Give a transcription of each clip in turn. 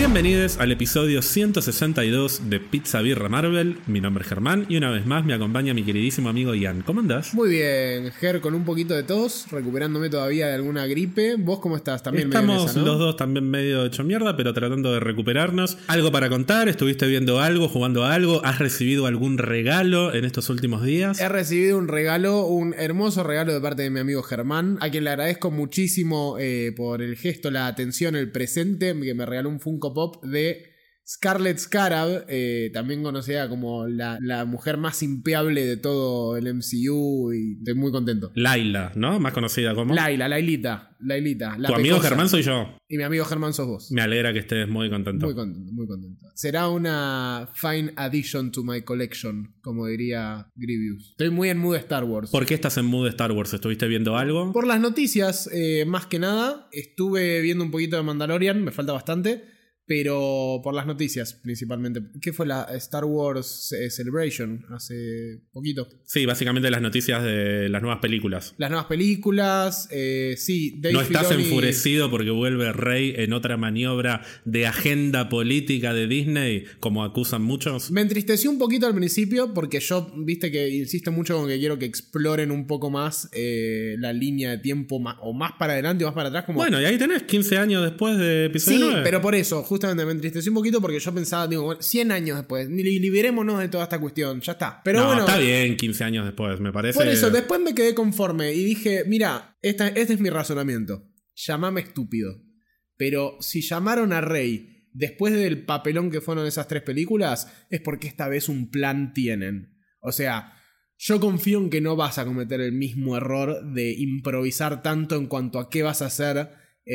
Bienvenidos al episodio 162 de Pizza Birra Marvel. Mi nombre es Germán y una vez más me acompaña mi queridísimo amigo Ian. ¿Cómo andás? Muy bien, Ger, con un poquito de tos, recuperándome todavía de alguna gripe. ¿Vos cómo estás? También estamos medio en esa, ¿no? los dos también medio hecho mierda, pero tratando de recuperarnos. ¿Algo para contar? ¿Estuviste viendo algo, jugando a algo? ¿Has recibido algún regalo en estos últimos días? He recibido un regalo, un hermoso regalo de parte de mi amigo Germán, a quien le agradezco muchísimo por el gesto, la atención, el presente, que me regaló un Funko Pop de Scarlet Scarab, también conocida como la mujer más impeable de todo el MCU, y estoy muy contento. Laila, ¿no? Más conocida como... Lailita. Tu amigo Germán soy yo. Y mi amigo Germán sos vos. Me alegra que estés muy contento. Muy contento. Será una fine addition to my collection, como diría Grievous. Estoy muy en mood Star Wars. ¿Por qué estás en mood Star Wars? ¿Estuviste viendo algo? Por las noticias, más que nada. Estuve viendo un poquito de Mandalorian, me falta bastante. Pero por las noticias, principalmente. ¿Qué fue la Star Wars Celebration hace poquito? Sí, básicamente las noticias de las nuevas películas. Las nuevas películas, sí. Dave ¿No estás Filoni... enfurecido porque vuelve Rey en otra maniobra de agenda política de Disney, como acusan muchos? Me entristeció un poquito al principio porque yo, viste que insisto mucho con que quiero que exploren un poco más la línea de tiempo, o más para adelante o más para atrás. Como... Bueno, y ahí tenés 15 años después de episodio sí, 9. pero por eso, justamente me entristeció un poquito porque yo pensaba, digo, bueno, 100 años después, liberémonos de toda esta cuestión, ya está. Pero no, bueno, está bien 15 años después, me parece. Por eso, después me quedé conforme y dije, mira, este es mi razonamiento. Llámame estúpido. Pero si llamaron a Rey después del papelón que fueron esas 3 películas, es porque esta vez un plan tienen. O sea, yo confío en que no vas a cometer el mismo error de improvisar tanto en cuanto a qué vas a hacer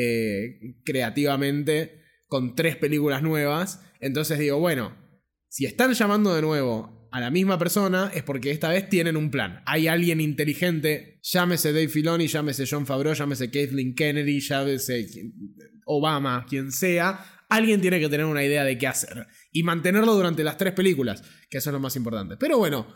creativamente con 3 películas nuevas. Entonces digo, bueno, si están llamando de nuevo a la misma persona es porque esta vez tienen un plan. Hay alguien inteligente, llámese Dave Filoni, llámese Jon Favreau, llámese Kathleen Kennedy, llámese Obama, quien sea. Alguien tiene que tener una idea de qué hacer y mantenerlo durante las 3 películas, que eso es lo más importante. Pero bueno,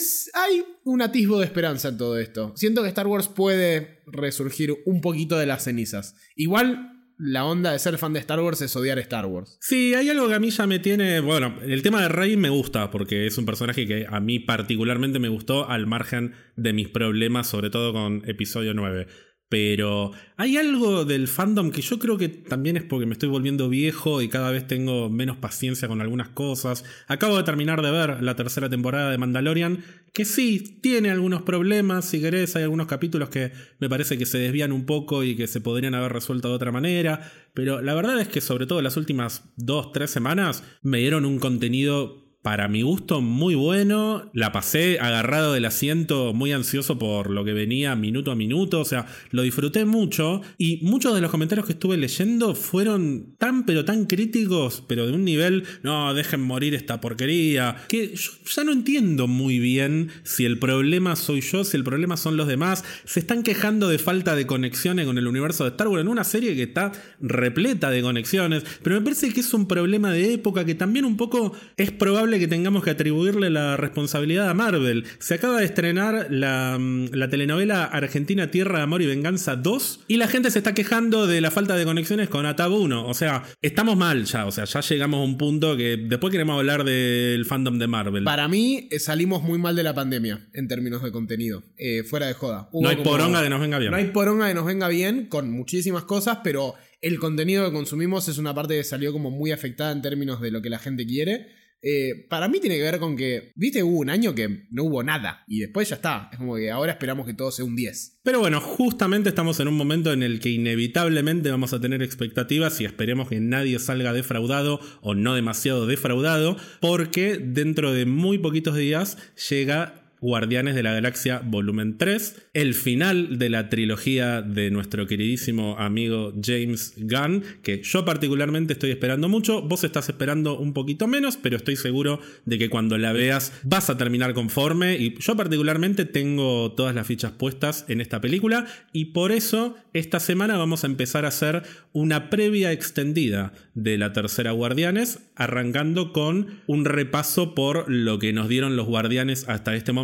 hay un atisbo de esperanza en todo esto. Siento que Star Wars puede resurgir un poquito de las cenizas. Igual la onda de ser fan de Star Wars es odiar Star Wars. Sí, hay algo que a mí ya me tiene... Bueno, el tema de Rey me gusta porque es un personaje que a mí particularmente me gustó al margen de mis problemas, sobre todo con episodio 9. Pero hay algo del fandom que yo creo que también es porque me estoy volviendo viejo y cada vez tengo menos paciencia con algunas cosas. Acabo de terminar de ver la 3ª temporada de Mandalorian, que sí, tiene algunos problemas, si querés. Hay algunos capítulos que me parece que se desvían un poco y que se podrían haber resuelto de otra manera. Pero la verdad es que sobre todo las últimas 2-3 semanas me dieron un contenido... para mi gusto muy bueno. La pasé agarrado del asiento, muy ansioso por lo que venía minuto a minuto. O sea, lo disfruté mucho. Y muchos de los comentarios que estuve leyendo fueron tan pero tan críticos, pero de un nivel, no, dejen morir esta porquería, que yo ya no entiendo muy bien si el problema soy yo, si el problema son los demás. Se están quejando de falta de conexiones con el universo de Star Wars en una serie que está repleta de conexiones. Pero me parece que es un problema de época que también un poco es probable que tengamos que atribuirle la responsabilidad a Marvel. Se acaba de estrenar la telenovela argentina Tierra de Amor y Venganza 2 y la gente se está quejando de la falta de conexiones con ATAB 1. O sea, estamos mal ya. O sea, ya llegamos a un punto que después queremos hablar del fandom de Marvel. Para mí salimos muy mal de la pandemia en términos de contenido. Fuera de joda. No hay poronga que nos venga bien. No hay poronga que nos venga bien con muchísimas cosas, pero el contenido que consumimos es una parte que salió como muy afectada en términos de lo que la gente quiere. Para mí tiene que ver con que, viste, hubo un año que no hubo nada y después ya está. Es como que ahora esperamos que todo sea un 10. Pero bueno, justamente estamos en un momento en el que inevitablemente vamos a tener expectativas y esperemos que nadie salga defraudado o no demasiado defraudado, porque dentro de muy poquitos días llega Guardianes de la Galaxia Volumen 3, el final de la trilogía de nuestro queridísimo amigo James Gunn, que yo particularmente estoy esperando mucho. Vos estás esperando un poquito menos, pero estoy seguro de que cuando la veas vas a terminar conforme, y yo particularmente tengo todas las fichas puestas en esta película, y por eso esta semana vamos a empezar a hacer una previa extendida de la tercera Guardianes, arrancando con un repaso por lo que nos dieron los Guardianes hasta este momento.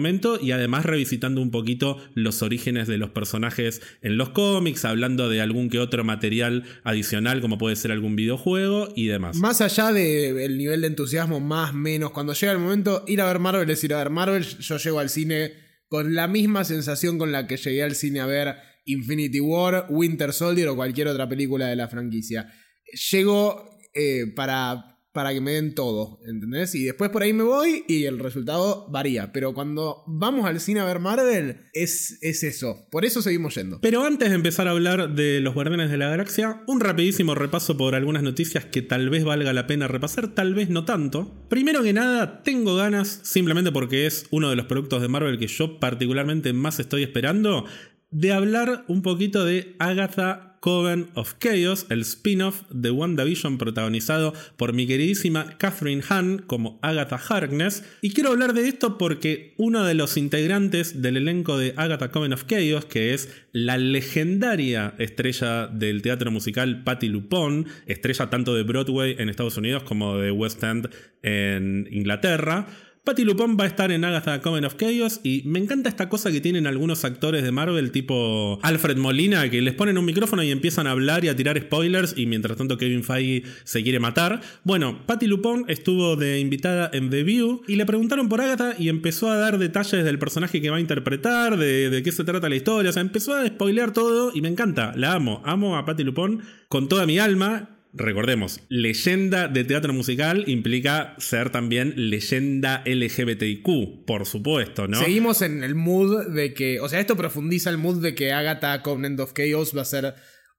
momento y además revisitando un poquito los orígenes de los personajes en los cómics, hablando de algún que otro material adicional como puede ser algún videojuego y demás. Más allá del nivel de entusiasmo, más menos, cuando llega el momento, ir a ver Marvel es ir a ver Marvel. Yo llego al cine con la misma sensación con la que llegué al cine a ver Infinity War, Winter Soldier o cualquier otra película de la franquicia. Llego para que me den todo, ¿entendés? Y después por ahí me voy y el resultado varía. Pero cuando vamos al cine a ver Marvel, es eso. Por eso seguimos yendo. Pero antes de empezar a hablar de los Guardianes de la Galaxia, un rapidísimo repaso por algunas noticias que tal vez valga la pena repasar, tal vez no tanto. Primero que nada, tengo ganas, simplemente porque es uno de los productos de Marvel que yo particularmente más estoy esperando, de hablar un poquito de Agatha Coven of Chaos, el spin-off de WandaVision protagonizado por mi queridísima Catherine Hahn como Agatha Harkness. Y quiero hablar de esto porque uno de los integrantes del elenco de Agatha Coven of Chaos, que es la legendaria estrella del teatro musical Patti LuPone, estrella tanto de Broadway en Estados Unidos como de West End en Inglaterra, Patti LuPone va a estar en Agatha Coven of Chaos y me encanta esta cosa que tienen algunos actores de Marvel tipo Alfred Molina, que les ponen un micrófono y empiezan a hablar y a tirar spoilers y mientras tanto Kevin Feige se quiere matar. Bueno, Patti LuPone estuvo de invitada en The View y le preguntaron por Agatha y empezó a dar detalles del personaje que va a interpretar, de qué se trata la historia, o sea, empezó a spoilear todo y me encanta, la amo a Patti LuPone con toda mi alma. Recordemos, leyenda de teatro musical implica ser también leyenda LGBTIQ, por supuesto, ¿no? Seguimos en el mood de que, o sea, esto profundiza el mood de que Agatha Coven of Chaos va a ser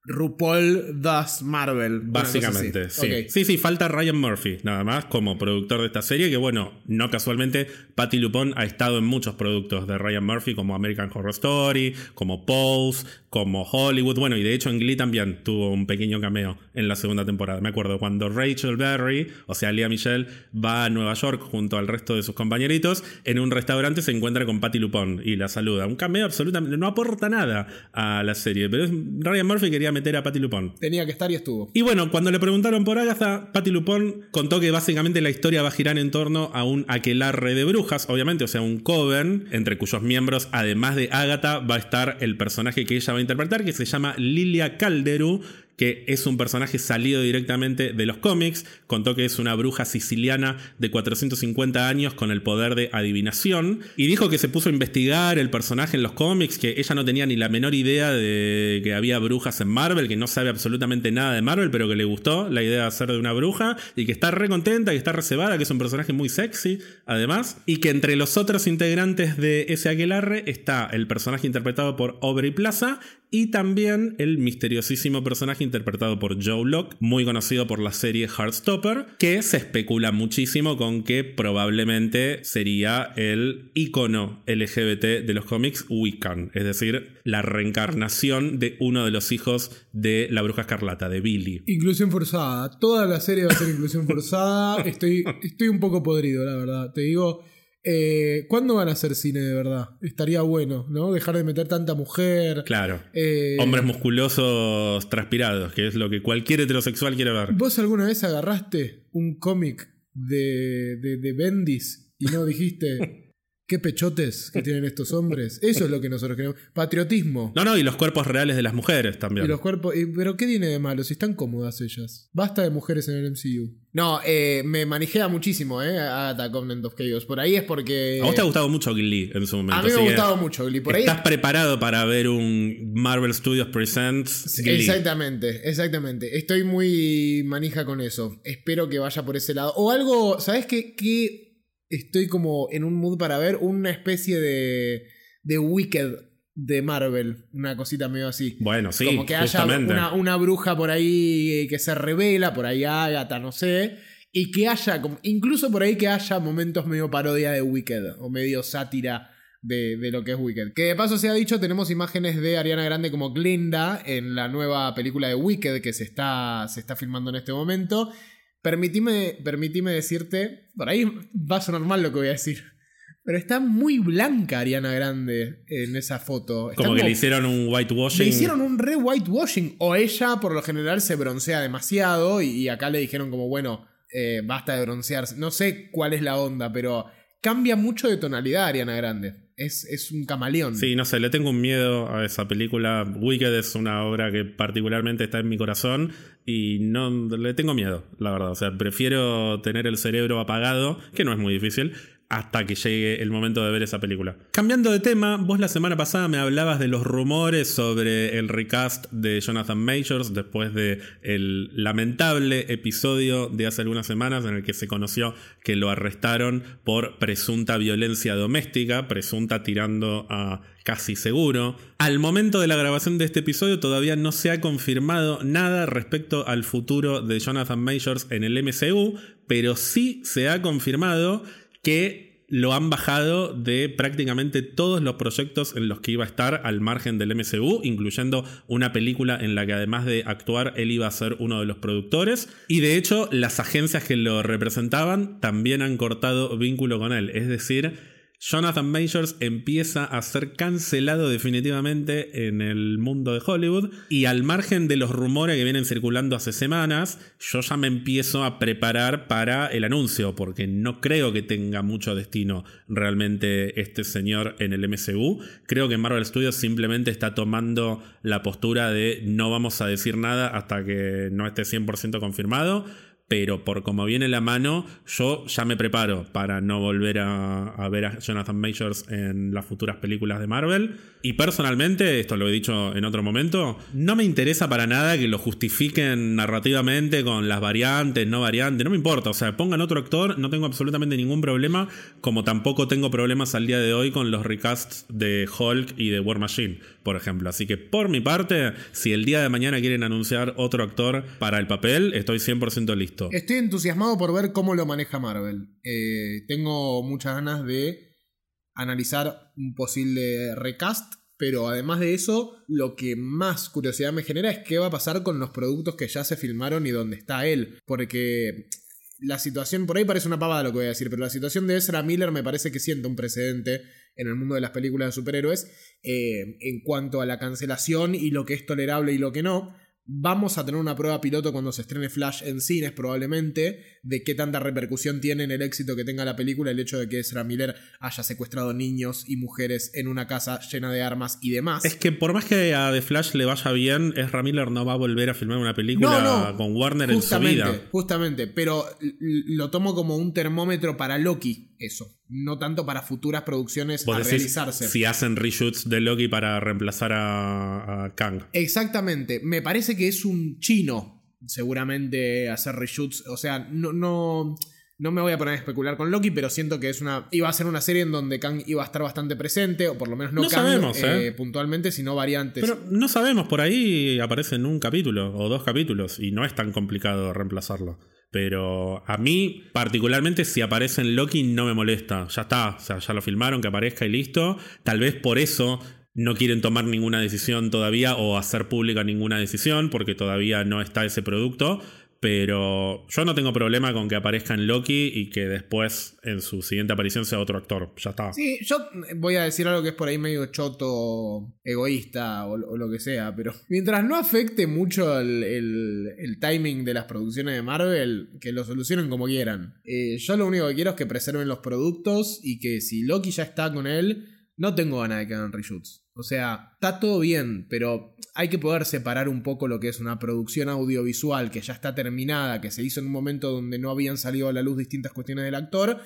RuPaul Thus Marvel. Básicamente, sí. Okay. Sí, falta Ryan Murphy, nada más, como productor de esta serie, que bueno, no casualmente, Patti LuPone ha estado en muchos productos de Ryan Murphy, como American Horror Story, como Pose, como Hollywood, bueno, y de hecho en Glee también tuvo un pequeño cameo en la segunda temporada. Me acuerdo cuando Rachel Berry, o sea, Lea Michele, va a Nueva York junto al resto de sus compañeritos, en un restaurante se encuentra con Patti LuPone y la saluda. Un cameo absolutamente, no aporta nada a la serie, pero Ryan Murphy quería meter a Patti LuPone. Tenía que estar y estuvo. Y bueno, cuando le preguntaron por Agatha, Patti LuPone contó que básicamente la historia va a girar en torno a un aquelarre de brujas, obviamente, o sea, un coven, entre cuyos miembros, además de Agatha, va a estar el personaje que ella va a interpretar, que se llama Lilia Calderu, que es un personaje salido directamente de los cómics. Contó que es una bruja siciliana de 450 años con el poder de adivinación. Y dijo que se puso a investigar el personaje en los cómics, que ella no tenía ni la menor idea de que había brujas en Marvel, que no sabe absolutamente nada de Marvel, pero que le gustó la idea de hacer de una bruja y que está re contenta, que está reservada, que es un personaje muy sexy, además. Y que entre los otros integrantes de ese aquelarre está el personaje interpretado por Aubrey Plaza y también el misteriosísimo personaje interpretado por Joe Locke, muy conocido por la serie Heartstopper, que se especula muchísimo con que probablemente sería el ícono LGBT de los cómics, Wiccan, es decir, la reencarnación de uno de los hijos de la Bruja Escarlata, de Billy. Inclusión forzada. Toda la serie va a ser inclusión forzada. Estoy un poco podrido, la verdad. Te digo, ¿cuándo van a hacer cine de verdad? Estaría bueno, ¿no? Dejar de meter tanta mujer. Claro. Hombres musculosos transpirados, que es lo que cualquier heterosexual quiere ver. ¿Vos alguna vez agarraste un cómic de Bendis y no dijiste qué pechotes que tienen estos hombres? Eso es lo que nosotros queremos. Patriotismo. No, y los cuerpos reales de las mujeres también. Y los cuerpos. ¿Pero qué tiene de malo? Si están cómodas ellas. Basta de mujeres en el MCU. No, me manijea muchísimo, Agatha Coven of Chaos. Por ahí es porque... A vos te ha gustado mucho Glee en su momento. A mí me ha gustado mucho Glee. Por ¿Estás preparado para ver un Marvel Studios Presents Glee? Exactamente. Estoy muy manija con eso. Espero que vaya por ese lado. O algo, ¿sabes qué? Estoy como en un mood para ver una especie de Wicked de Marvel, una cosita medio así. Bueno, sí, como que justamente. haya una bruja por ahí que se revela, por ahí Agatha, no sé, y que haya, incluso por ahí que haya momentos medio parodia de Wicked, o medio sátira de lo que es Wicked. Que de paso se ha dicho, tenemos imágenes de Ariana Grande como Glinda en la nueva película de Wicked que se está filmando en este momento. Permitime decirte, por ahí va a sonar mal lo que voy a decir, pero está muy blanca Ariana Grande en esa foto. Como que le hicieron un whitewashing. Le hicieron un re whitewashing. O ella por lo general se broncea demasiado y acá le dijeron como, bueno, basta de broncearse. No sé cuál es la onda, pero cambia mucho de tonalidad Ariana Grande. Es un camaleón. Sí, no sé, le tengo un miedo a esa película. Wicked es una obra que particularmente está en mi corazón y no le tengo miedo, la verdad. O sea, prefiero tener el cerebro apagado, que no es muy difícil, hasta que llegue el momento de ver esa película. Cambiando de tema, vos la semana pasada me hablabas de los rumores sobre el recast de Jonathan Majors después de el lamentable episodio de hace algunas semanas en el que se conoció que lo arrestaron por presunta violencia doméstica, presunta tirando a casi seguro. Al momento de la grabación de este episodio todavía no se ha confirmado nada respecto al futuro de Jonathan Majors en el MCU, pero sí se ha confirmado que lo han bajado de prácticamente todos los proyectos en los que iba a estar al margen del MCU, incluyendo una película en la que además de actuar él iba a ser uno de los productores, y de hecho las agencias que lo representaban también han cortado vínculo con él, es decir, Jonathan Majors empieza a ser cancelado definitivamente en el mundo de Hollywood, y al margen de los rumores que vienen circulando hace semanas, yo ya me empiezo a preparar para el anuncio, porque no creo que tenga mucho destino realmente este señor en el MCU. Creo que Marvel Studios simplemente está tomando la postura de no vamos a decir nada hasta que no esté 100% confirmado. Pero por como viene la mano, yo ya me preparo para no volver a ver a Jonathan Majors en las futuras películas de Marvel. Y personalmente, esto lo he dicho en otro momento, no me interesa para nada que lo justifiquen narrativamente con las variantes, no variantes, no me importa. O sea, pongan otro actor, no tengo absolutamente ningún problema, como tampoco tengo problemas al día de hoy con los recasts de Hulk y de War Machine, por ejemplo. Así que por mi parte, si el día de mañana quieren anunciar otro actor para el papel, estoy 100% listo. Estoy entusiasmado por ver cómo lo maneja Marvel. Tengo muchas ganas de analizar un posible recast, pero además de eso, lo que más curiosidad me genera es qué va a pasar con los productos que ya se filmaron y dónde está él. Porque la situación, por ahí parece una pavada lo que voy a decir, pero la situación de Ezra Miller me parece que sienta un precedente en el mundo de las películas de superhéroes en cuanto a la cancelación y lo que es tolerable y lo que no. Vamos a tener una prueba piloto cuando se estrene Flash en cines probablemente de qué tanta repercusión tiene en el éxito que tenga la película el hecho de que Ezra Miller haya secuestrado niños y mujeres en una casa llena de armas y demás. Es que por más que a The Flash le vaya bien, Ezra Miller no va a volver a filmar una película con Warner en su vida. Justamente, pero lo tomo como un termómetro para Loki, eso. No tanto para futuras producciones a realizarse. Si hacen reshoots de Loki para reemplazar a Kang. Exactamente. Me parece que es un chino, seguramente, hacer reshoots. O sea, no me voy a poner a especular con Loki, pero siento que iba a ser una serie en donde Kang iba a estar bastante presente, o por lo menos no Kang sabemos, puntualmente, sino variantes. Pero no sabemos, por ahí aparece en un capítulo o 2 capítulos y no es tan complicado reemplazarlo. Pero a mí, particularmente, si aparece en Loki no me molesta. Ya está, o sea, ya lo filmaron, que aparezca y listo. Tal vez por eso no quieren tomar ninguna decisión todavía o hacer pública ninguna decisión, porque todavía no está ese producto. Pero yo no tengo problema con que aparezca en Loki y que después en su siguiente aparición sea otro actor. Ya está. Sí, yo voy a decir algo que es por ahí medio choto, egoísta o lo que sea, pero mientras no afecte mucho el timing de las producciones de Marvel, que lo solucionen como quieran. Yo lo único que quiero es que preserven los productos y que si Loki ya está con él, no tengo ganas de que hagan reshoots. O sea, está todo bien, pero hay que poder separar un poco lo que es una producción audiovisual que ya está terminada, que se hizo en un momento donde no habían salido a la luz distintas cuestiones del actor,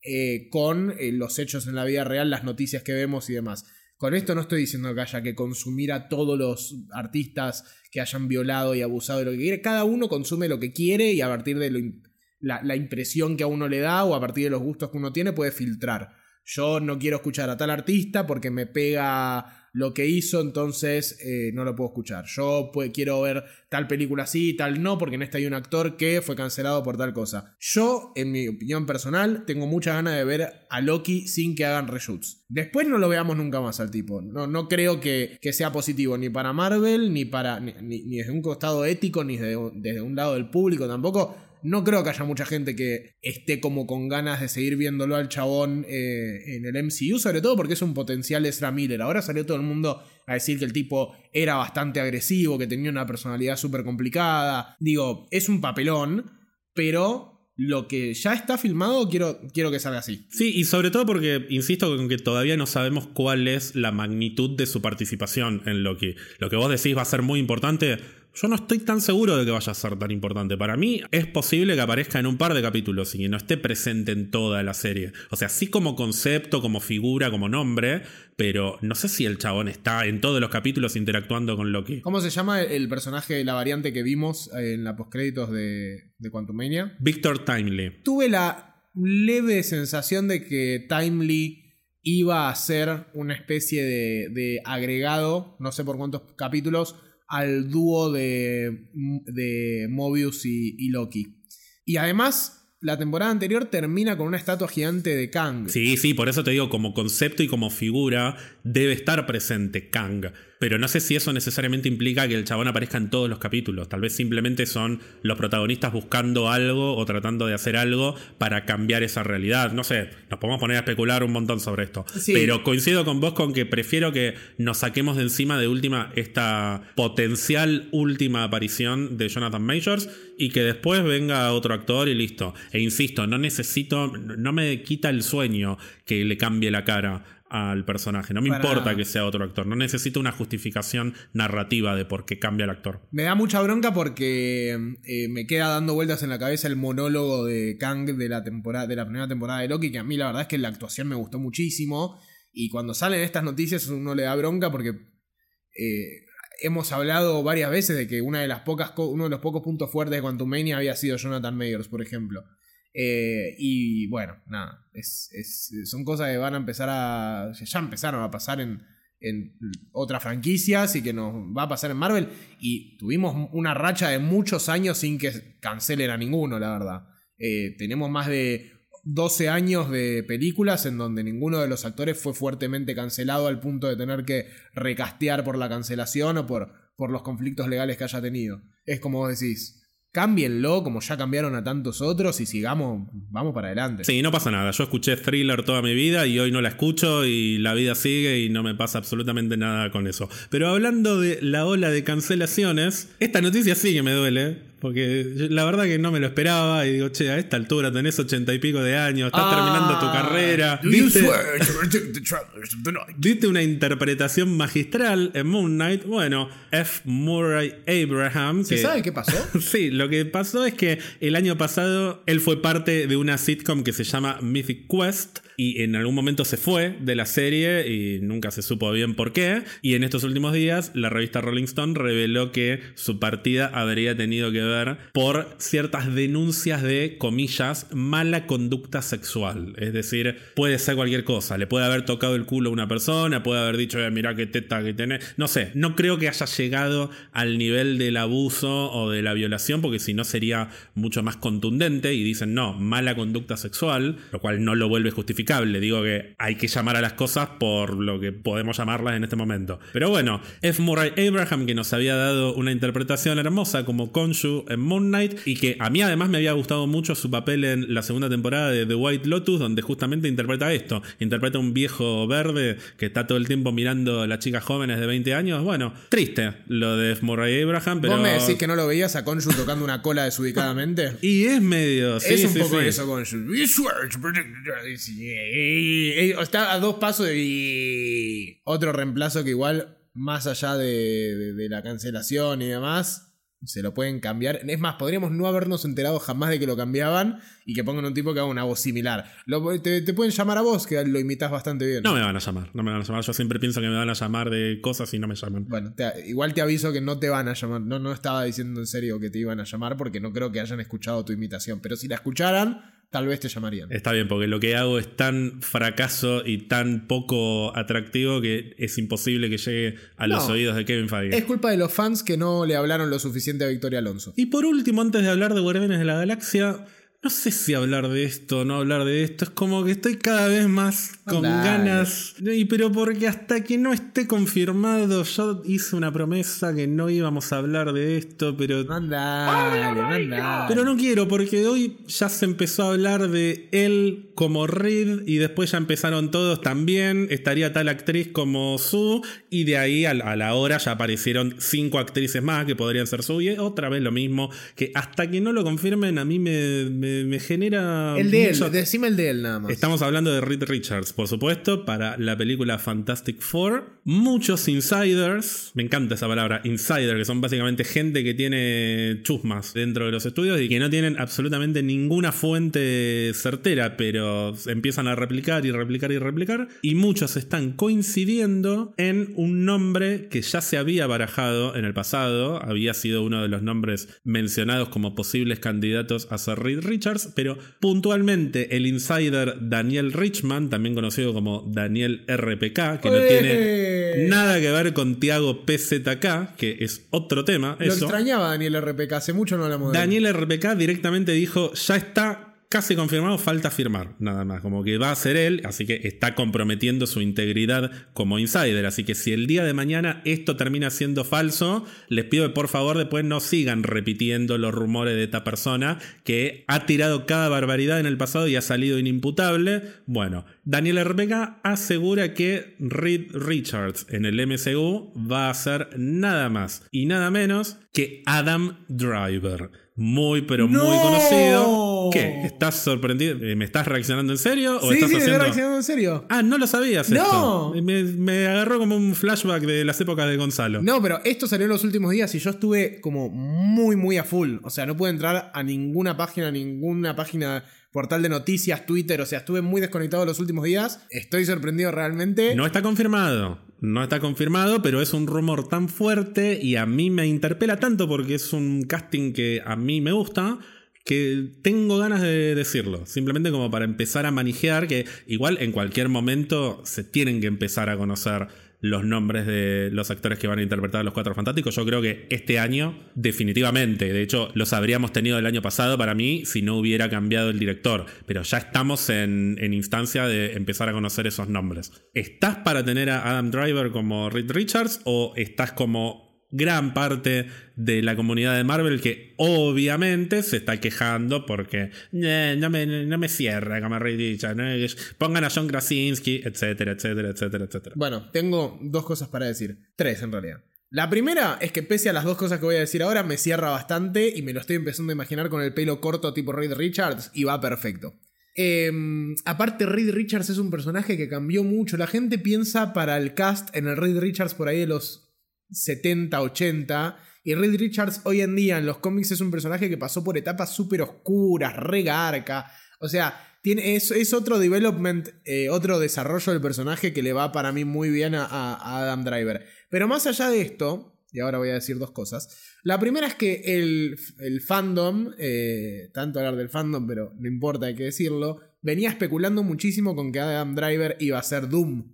con los hechos en la vida real, las noticias que vemos y demás. Con esto no estoy diciendo que haya que consumir a todos los artistas que hayan violado y abusado de lo que quiere. Cada uno consume lo que quiere y a partir de la impresión que a uno le da o a partir de los gustos que uno tiene puede filtrar. Yo no quiero escuchar a tal artista porque me pega lo que hizo, entonces no lo puedo escuchar. Yo quiero ver tal película así, tal no, porque en esta hay un actor que fue cancelado por tal cosa. Yo, en mi opinión personal, tengo muchas ganas de ver a Loki sin que hagan reshoots. Después no lo veamos nunca más al tipo. No creo que sea positivo ni para Marvel, ni desde un costado ético, ni desde un lado del público tampoco. No creo que haya mucha gente que esté como con ganas de seguir viéndolo al chabón en el MCU, sobre todo porque es un potencial Ezra Miller. Ahora salió todo el mundo a decir que el tipo era bastante agresivo, que tenía una personalidad súper complicada. Digo, es un papelón, pero lo que ya está filmado quiero que salga así. Sí, y sobre todo porque, insisto, con que todavía no sabemos cuál es la magnitud de su participación en Loki. Lo que vos decís va a ser muy importante. Yo no estoy tan seguro de que vaya a ser tan importante. Para mí es posible que aparezca en un par de capítulos y que no esté presente en toda la serie. O sea, sí como concepto, como figura, como nombre, pero no sé si el chabón está en todos los capítulos interactuando con Loki. ¿Cómo se llama el personaje, la variante que vimos en la postcréditos de Quantumania? Victor Timely. Tuve la leve sensación de que Timely iba a ser una especie de agregado, no sé por cuántos capítulos, al dúo de Mobius y Loki. Y además, la temporada anterior termina con una estatua gigante de Kang. Sí, por eso te digo, como concepto y como figura debe estar presente Kang. Pero no sé si eso necesariamente implica que el chabón aparezca en todos los capítulos. Tal vez simplemente son los protagonistas buscando algo o tratando de hacer algo para cambiar esa realidad. No sé, nos podemos poner a especular un montón sobre esto. Sí. Pero coincido con vos con que prefiero que nos saquemos de encima de última esta potencial última aparición de Jonathan Majors y que después venga otro actor y listo. E insisto, no me quita el sueño que le cambie la cara al personaje. No me importa que sea otro actor. No necesito una justificación narrativa de por qué cambia el actor. Me da mucha bronca porque me queda dando vueltas en la cabeza el monólogo de Kang de la primera temporada de Loki, que a mí la verdad es que la actuación me gustó muchísimo. Y cuando salen estas noticias uno le da bronca porque hemos hablado varias veces de que uno de los pocos puntos fuertes de Quantumania había sido Jonathan Majors, por ejemplo. Y bueno, nada, son cosas que van a empezar ya empezaron a pasar en otras franquicias y que nos va a pasar en Marvel. Y tuvimos una racha de muchos años sin que cancelen a ninguno, la verdad. Tenemos más de 12 años de películas en donde ninguno de los actores fue fuertemente cancelado al punto de tener que recastear por la cancelación o por los conflictos legales que haya tenido. Es como vos decís, cámbienlo como ya cambiaron a tantos otros y vamos para adelante. Sí, no pasa nada. Yo escuché Thriller toda mi vida y hoy no la escucho y la vida sigue y no me pasa absolutamente nada con eso. Pero hablando de la ola de cancelaciones, esta noticia sí que me duele. Porque la verdad que no me lo esperaba y digo, che, a esta altura tenés 80 y pico de años, estás terminando tu carrera. Diste una interpretación magistral en Moon Knight. Bueno, F. Murray Abraham. ¿Se sabe qué pasó? Sí, lo que pasó es que el año pasado él fue parte de una sitcom que se llama Mythic Quest y en algún momento se fue de la serie y nunca se supo bien por qué. Y en estos últimos días la revista Rolling Stone reveló que su partida habría tenido que ver por ciertas denuncias de, comillas, mala conducta sexual. Es decir, puede ser cualquier cosa. Le puede haber tocado el culo a una persona, puede haber dicho, mirá qué teta que tenés. No sé, no creo que haya llegado al nivel del abuso o de la violación, porque si no sería mucho más contundente. Y dicen, no, mala conducta sexual, lo cual no lo vuelve justificable. Digo que hay que llamar a las cosas por lo que podemos llamarlas en este momento. Pero bueno, F. Murray Abraham, que nos había dado una interpretación hermosa como Khonshu en Moon Knight, y que a mí además me había gustado mucho su papel en la segunda temporada de The White Lotus, donde justamente interpreta esto, interpreta un viejo verde que está todo el tiempo mirando a las chicas jóvenes de 20 años. Bueno, triste lo de Murray Abraham, pero... ¿Vos me decís que no lo veías a Khonshu tocando una cola desubicadamente? Y es medio... Es un poco eso, Khonshu. Está a dos pasos de... Otro reemplazo que igual, más allá de la cancelación y demás, se lo pueden cambiar. Es más, podríamos no habernos enterado jamás de que lo cambiaban y que pongan un tipo que haga una voz similar. Te pueden llamar a vos, que lo imitas bastante bien. No me van a llamar. Yo siempre pienso que me van a llamar de cosas y no me llaman. Bueno, igual te aviso que no te van a llamar. No estaba diciendo en serio que te iban a llamar porque no creo que hayan escuchado tu imitación. Pero si la escucharan, tal vez te llamarían. Está bien, porque lo que hago es tan fracaso y tan poco atractivo que es imposible que llegue a los oídos de Kevin Feige. Es culpa de los fans que no le hablaron lo suficiente a Victoria Alonso. Y por último, antes de hablar de Guardianes de la Galaxia, no sé si hablar de esto o no hablar de esto. Es como que estoy cada vez más con ganas. Pero porque hasta que no esté confirmado, yo hice una promesa que no íbamos a hablar de esto, pero... Mandale. Pero no quiero, porque hoy ya se empezó a hablar de él como Reed y después ya empezaron todos también. Estaría tal actriz como Sue y de ahí a la hora ya aparecieron 5 actrices más que podrían ser Sue y otra vez lo mismo, que hasta que no lo confirmen a mí me me genera... El de él, decime el de él nada más. Estamos hablando de Reed Richards, por supuesto, para la película Fantastic Four. Muchos insiders, me encanta esa palabra, insider, que son básicamente gente que tiene chusmas dentro de los estudios y que no tienen absolutamente ninguna fuente certera, pero empiezan a replicar y replicar y replicar. Y muchos están coincidiendo en un nombre que ya se había barajado en el pasado, había sido uno de los nombres mencionados como posibles candidatos a ser Reed Richards, pero puntualmente el insider Daniel Richman, también conocido como Daniel RPK, que no tiene nada que ver con Tiago PZK, que es otro tema. Lo extrañaba Daniel RPK, hace mucho no hablamos de él. Daniel RPK directamente dijo, ya está casi confirmado, falta firmar, nada más, como que va a ser él, así que está comprometiendo su integridad como insider, así que si el día de mañana esto termina siendo falso, les pido que por favor después no sigan repitiendo los rumores de esta persona que ha tirado cada barbaridad en el pasado y ha salido inimputable. Bueno, Daniel RPK asegura que Reed Richards en el MCU va a ser nada más y nada menos que Adam Driver. Muy, pero muy conocido. ¿Qué? ¿Estás sorprendido? ¿Me estás reaccionando en serio? ¿O estás estoy reaccionando en serio. Ah, no lo sabías No. esto. Me agarró como un flashback de las épocas de Gonzalo. No, pero esto salió en los últimos días y yo estuve como muy, muy a full. O sea, no pude entrar a ninguna página, portal de noticias, Twitter. O sea, estuve muy desconectado los últimos días. Estoy sorprendido realmente. No está confirmado. No está confirmado, pero es un rumor tan fuerte y a mí me interpela tanto porque es un casting que a mí me gusta, que tengo ganas de decirlo. Simplemente como para empezar a manejar, que igual en cualquier momento se tienen que empezar a conocer los nombres de los actores que van a interpretar a los Cuatro Fantásticos. Yo creo que este año definitivamente, de hecho los habríamos tenido el año pasado para mí si no hubiera cambiado el director, pero ya estamos en instancia de empezar a conocer esos nombres. ¿Estás para tener a Adam Driver como Reed Richards o estás como gran parte de la comunidad de Marvel que obviamente se está quejando porque no me cierra como Reed Richards, ¿no? Pongan a John Krasinski, etcétera, etcétera, etcétera, etcétera? Bueno, tengo dos cosas para decir. Tres en realidad. La primera es que pese a las dos cosas que voy a decir ahora, me cierra bastante y me lo estoy empezando a imaginar con el pelo corto tipo Reed Richards y va perfecto. Aparte, Reed Richards es un personaje que cambió mucho. La gente piensa para el cast en el Reed Richards por ahí de los 70, 80, y Reed Richards hoy en día en los cómics es un personaje que pasó por etapas súper oscuras, re garca, o sea, es otro development, otro desarrollo del personaje que le va para mí muy bien a Adam Driver. Pero más allá de esto, y ahora voy a decir dos cosas, la primera es que el fandom, tanto hablar del fandom, pero no importa, hay que decirlo, venía especulando muchísimo con que Adam Driver iba a ser Doom.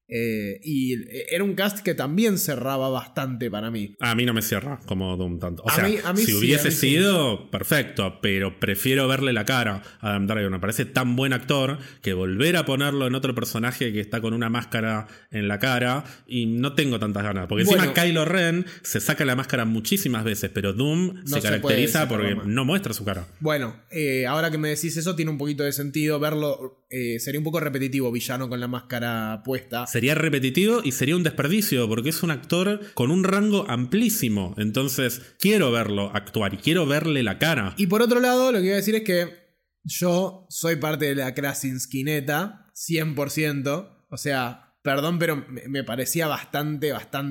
Y era un cast que también cerraba bastante para mí. A mí no me cierra como Doom tanto. O sea, a mí si sí, hubiese sido, sí. Perfecto, pero prefiero verle la cara a Adam Driver. Me parece tan buen actor que volver a ponerlo en otro personaje que está con una máscara en la cara, y no tengo tantas ganas. Porque encima Kylo Ren se saca la máscara muchísimas veces, pero Doom no se caracteriza porque no muestra su cara. Bueno, ahora que me decís eso, tiene un poquito de sentido verlo. Sería un poco repetitivo villano con la máscara puesta. Sería repetitivo y sería un desperdicio porque es un actor con un rango amplísimo. Entonces quiero verlo actuar y quiero verle la cara. Y por otro lado, lo que iba a decir es que yo soy parte de la Krasinski-neta 100%. O sea, perdón, pero me parecía bastante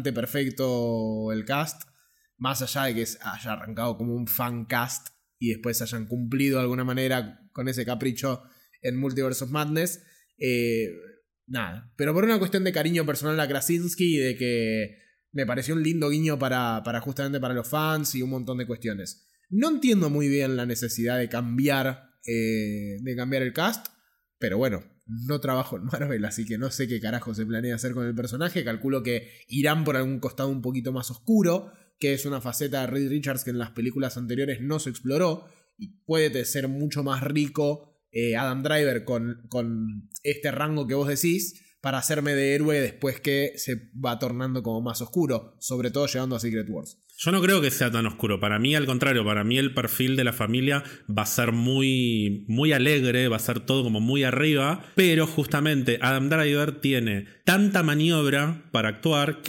perfecto el cast. Más allá de que haya arrancado como un fan cast y después hayan cumplido de alguna manera con ese capricho en Multiverse of Madness. Nada, pero por una cuestión de cariño personal a Krasinski y de que me pareció un lindo guiño para justamente para los fans y un montón de cuestiones. No entiendo muy bien la necesidad de cambiar el cast, pero bueno, no trabajo en Marvel, así que no sé qué carajo se planea hacer con el personaje. Calculo que irán por algún costado un poquito más oscuro, que es una faceta de Reed Richards que en las películas anteriores no se exploró y puede ser mucho más rico Adam Driver con este rango que vos decís para hacerme de héroe después que se va tornando como más oscuro, sobre todo llegando a Secret Wars. Yo no creo que sea tan oscuro. Para mí, al contrario, para mí el perfil de la familia va a ser muy, muy alegre, va a ser todo como muy arriba, pero justamente Adam Driver tiene tanta maniobra para actuar que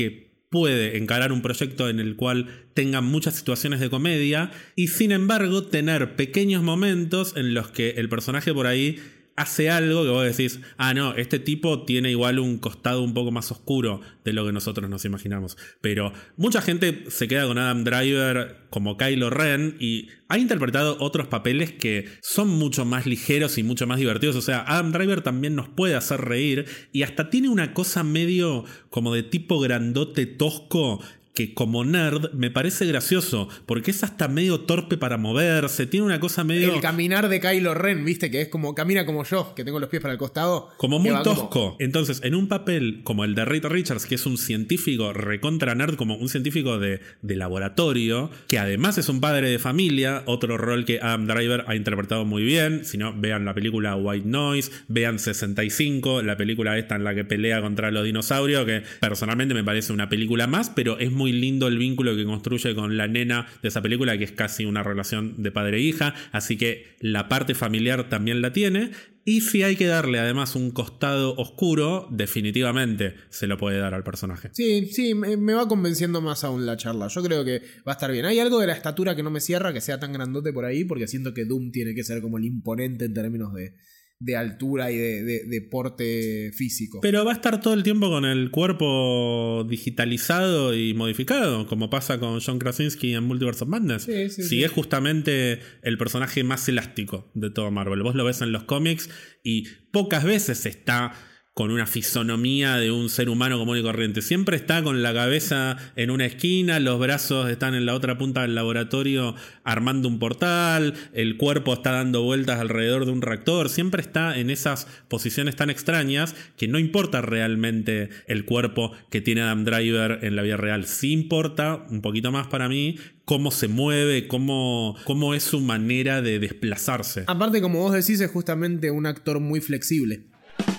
puede encarar un proyecto en el cual tenga muchas situaciones de comedia y sin embargo tener pequeños momentos en los que el personaje por ahí hace algo que vos decís, no, este tipo tiene igual un costado un poco más oscuro de lo que nosotros nos imaginamos. Pero mucha gente se queda con Adam Driver como Kylo Ren y ha interpretado otros papeles que son mucho más ligeros y mucho más divertidos. O sea, Adam Driver también nos puede hacer reír y hasta tiene una cosa medio como de tipo grandote tosco que como nerd me parece gracioso, porque es hasta medio torpe para moverse, tiene una cosa medio... El caminar de Kylo Ren, viste, que es como, camina como yo, que tengo los pies para el costado. Como muy tosco. Entonces, en un papel como el de Reed Richards, que es un científico recontra nerd, como un científico de laboratorio, que además es un padre de familia, otro rol que Adam Driver ha interpretado muy bien. Si no, vean la película White Noise, vean 65, la película esta en la que pelea contra los dinosaurios, que personalmente me parece una película más, pero es muy lindo el vínculo que construye con la nena de esa película, que es casi una relación de padre e hija, así que la parte familiar también la tiene. Y si hay que darle además un costado oscuro, definitivamente se lo puede dar al personaje. Sí, me va convenciendo más aún la charla. Yo creo que va a estar bien. Hay algo de la estatura que no me cierra, que sea tan grandote por ahí, porque siento que Doom tiene que ser como el imponente en términos de altura y de porte físico. Pero va a estar todo el tiempo con el cuerpo digitalizado y modificado, como pasa con John Krasinski en Multiverse of Madness. Sí. Es justamente el personaje más elástico de todo Marvel. Vos lo ves en los cómics y pocas veces está con una fisonomía de un ser humano común y corriente. Siempre está con la cabeza en una esquina, los brazos están en la otra punta del laboratorio armando un portal, el cuerpo está dando vueltas alrededor de un reactor. Siempre está en esas posiciones tan extrañas que no importa realmente el cuerpo que tiene Adam Driver en la vida real. Sí importa, un poquito más para mí, cómo se mueve, cómo es su manera de desplazarse. Aparte, como vos decís, es justamente un actor muy flexible.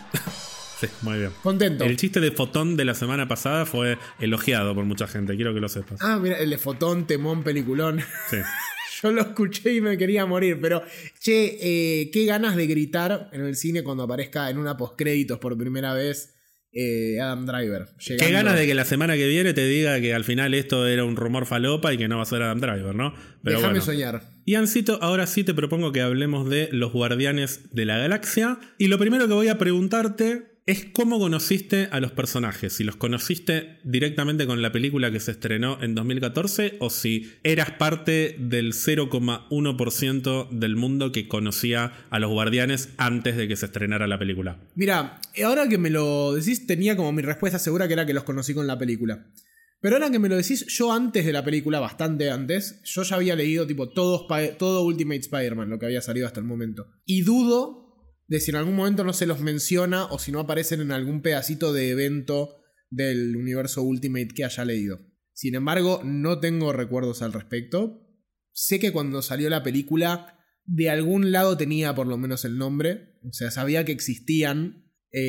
Sí, muy bien. Contento. El chiste de Fotón de la semana pasada fue elogiado por mucha gente, quiero que lo sepas. Mira, el de Fotón, temón, peliculón. Sí. Yo lo escuché y me quería morir, pero che, qué ganas de gritar en el cine cuando aparezca en una postcréditos por primera vez Adam Driver. Llegando. Qué ganas de que la semana que viene te diga que al final esto era un rumor falopa y que no va a ser Adam Driver, ¿no? Pero déjame soñar. Y Ancito, ahora sí te propongo que hablemos de los Guardianes de la Galaxia. Y lo primero que voy a preguntarte es cómo conociste a los personajes. Si los conociste directamente con la película que se estrenó en 2014 o si eras parte del 0,1% del mundo que conocía a los Guardianes antes de que se estrenara la película. Mira, ahora que me lo decís, tenía como mi respuesta segura que era que los conocí con la película. Pero ahora que me lo decís, yo antes de la película, bastante antes, yo ya había leído tipo todo Ultimate Spider-Man, lo que había salido hasta el momento. Y dudo de si en algún momento no se los menciona o si no aparecen en algún pedacito de evento del universo Ultimate que haya leído. Sin embargo, no tengo recuerdos al respecto. Sé que cuando salió la película, de algún lado tenía por lo menos el nombre. O sea, sabía que existían,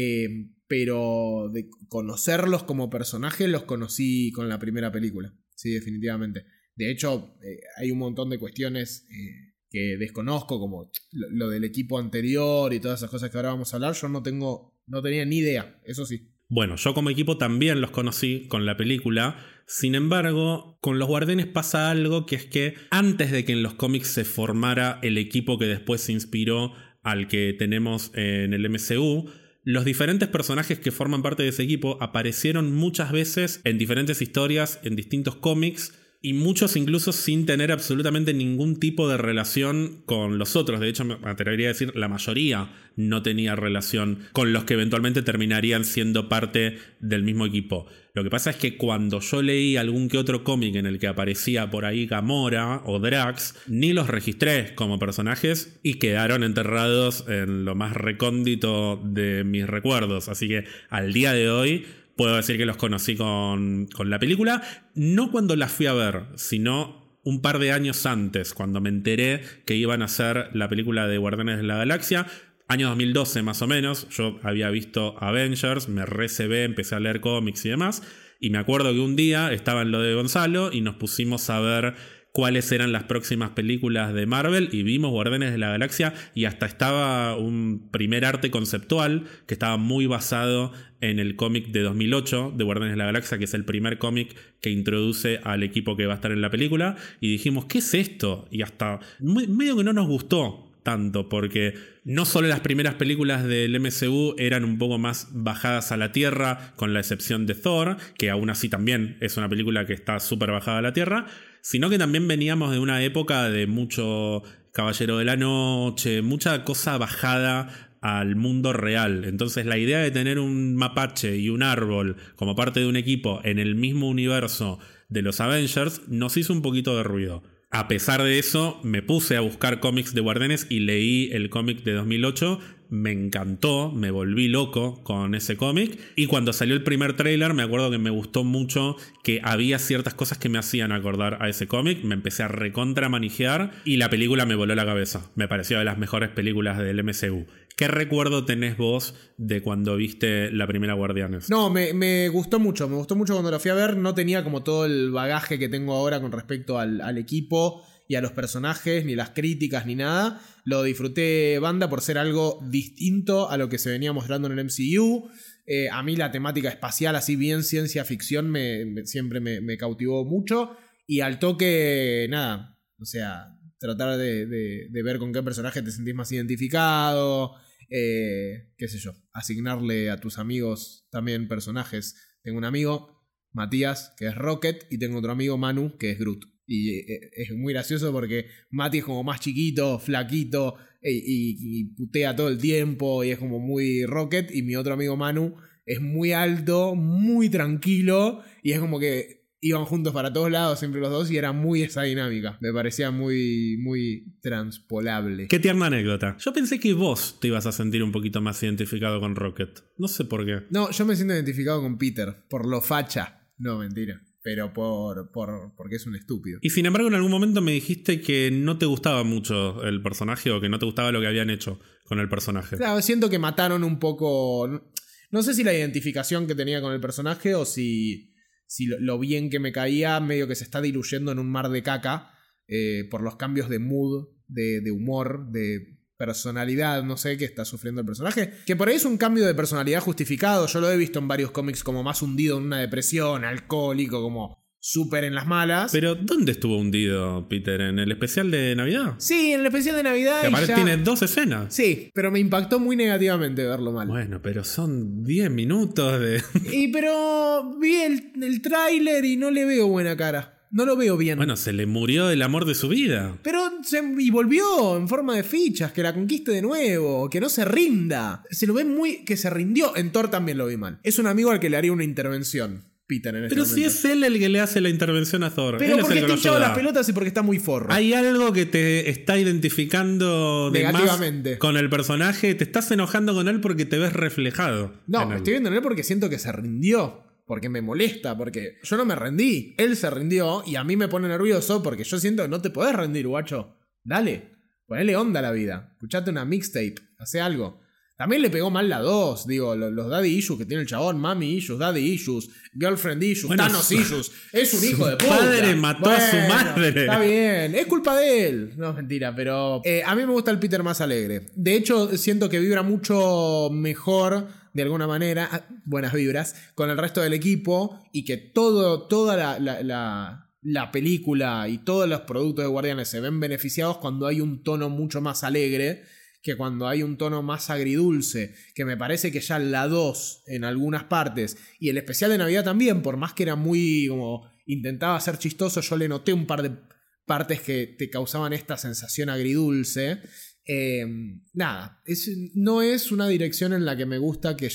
pero de conocerlos como personajes los conocí con la primera película. Sí, definitivamente. De hecho, hay un montón de cuestiones que desconozco, como lo del equipo anterior y todas esas cosas que ahora vamos a hablar. Yo no tenía ni idea, eso sí. Bueno, yo como equipo también los conocí con la película. Sin embargo, con los Guardianes pasa algo, que es que antes de que en los cómics se formara el equipo que después se inspiró al que tenemos en el MCU, los diferentes personajes que forman parte de ese equipo aparecieron muchas veces en diferentes historias, en distintos cómics, y muchos incluso sin tener absolutamente ningún tipo de relación con los otros. De hecho, me atrevería a decir, la mayoría no tenía relación con los que eventualmente terminarían siendo parte del mismo equipo. Lo que pasa es que cuando yo leí algún que otro cómic en el que aparecía por ahí Gamora o Drax, ni los registré como personajes y quedaron enterrados en lo más recóndito de mis recuerdos. Así que al día de hoy puedo decir que los conocí con la película, no cuando la fui a ver, sino un par de años antes, cuando me enteré que iban a hacer la película de Guardianes de la Galaxia. Año 2012 más o menos, yo había visto Avengers, me recebé, empecé a leer cómics y demás, y me acuerdo que un día estaba en lo de Gonzalo y nos pusimos a ver cuáles eran las próximas películas de Marvel y vimos Guardianes de la Galaxia y hasta estaba un primer arte conceptual que estaba muy basado en el cómic de 2008 de Guardianes de la Galaxia, que es el primer cómic que introduce al equipo que va a estar en la película, y dijimos, ¿qué es esto? Y hasta medio que no nos gustó tanto, porque no solo las primeras películas del MCU eran un poco más bajadas a la tierra, con la excepción de Thor, que aún así también es una película que está súper bajada a la tierra, sino que también veníamos de una época de mucho Caballero de la Noche, mucha cosa bajada al mundo real. Entonces la idea de tener un mapache y un árbol como parte de un equipo en el mismo universo de los Avengers nos hizo un poquito de ruido. A pesar de eso, me puse a buscar cómics de Guardianes y leí el cómic de 2008. Me encantó, me volví loco con ese cómic. Y cuando salió el primer tráiler, me acuerdo que me gustó mucho que había ciertas cosas que me hacían acordar a ese cómic. Me empecé a recontra manijear y la película me voló la cabeza. Me pareció de las mejores películas del MCU. ¿Qué recuerdo tenés vos de cuando viste la primera Guardianes? No, me gustó mucho. Me gustó mucho cuando lo fui a ver. No tenía como todo el bagaje que tengo ahora con respecto al equipo y a los personajes, ni las críticas, ni nada. Lo disfruté banda por ser algo distinto a lo que se venía mostrando en el MCU. A mí la temática espacial, así bien ciencia ficción, siempre me cautivó mucho. Y al toque, nada, o sea, tratar de ver con qué personaje te sentís más identificado. Qué sé yo, asignarle a tus amigos también personajes. Tengo un amigo, Matías, que es Rocket, y tengo otro amigo, Manu, que es Groot. Y es muy gracioso porque Mati es como más chiquito, flaquito, y putea todo el tiempo, y es como muy Rocket, y mi otro amigo Manu es muy alto, muy tranquilo, y es como que iban juntos para todos lados, siempre los dos, y era muy esa dinámica. Me parecía muy, muy transpolable. Qué tierna anécdota. Yo pensé que vos te ibas a sentir un poquito más identificado con Rocket. No sé por qué. No, yo me siento identificado con Peter, por lo facha. No, mentira. Pero porque es un estúpido. Y sin embargo, en algún momento me dijiste que no te gustaba mucho el personaje o que no te gustaba lo que habían hecho con el personaje. Claro, siento que mataron un poco. No sé si la identificación que tenía con el personaje o si lo bien que me caía medio que se está diluyendo en un mar de caca por los cambios de mood, de humor, de personalidad, no sé, que está sufriendo el personaje. Que por ahí es un cambio de personalidad justificado. Yo lo he visto en varios cómics como más hundido en una depresión, alcohólico, como súper en las malas. Pero ¿dónde estuvo hundido Peter? ¿En el especial de Navidad? Sí, en el especial de Navidad. Que aparte tiene 2 escenas. Sí, pero me impactó muy negativamente verlo mal. Bueno, pero son 10 minutos de... Pero vi el tráiler y no le veo buena cara. No lo veo bien. Bueno, se le murió el amor de su vida. Pero y volvió en forma de fichas, que la conquiste de nuevo, que no se rinda. Se lo ve muy que se rindió. En Thor también lo vi mal. Es un amigo al que le haría una intervención, Peter, en este Pero momento. si es él el que le hace la intervención a Thor. Pero él porque es el está que hinchado lo las ayuda. pelotas y porque está muy forro. Hay algo que te está identificando de negativamente más con el personaje. Te estás enojando con él porque te ves reflejado. No, me estoy viendo en él porque siento que se rindió. Porque me molesta, porque yo no me rendí. Él se rindió y a mí me pone nervioso porque yo siento que no te podés rendir, guacho. Dale, ponele onda a la vida. Escuchate una mixtape, hace algo. También le pegó mal la 2, digo, los daddy issues que tiene el chabón, mami issues, daddy issues, girlfriend issues, bueno, Thanos issues. Es un hijo de puta. Su padre mató a su madre. Está bien, es culpa de él. No, es mentira, pero a mí me gusta el Peter más alegre. De hecho, siento que vibra mucho mejor, de alguna manera, buenas vibras, con el resto del equipo y que toda la película y todos los productos de Guardianes se ven beneficiados cuando hay un tono mucho más alegre que cuando hay un tono más agridulce, que me parece que ya la 2 en algunas partes y el especial de Navidad también, por más que era muy como intentaba ser chistoso, yo le noté un par de partes que te causaban esta sensación agridulce. Nada, no es una dirección en la que me gusta que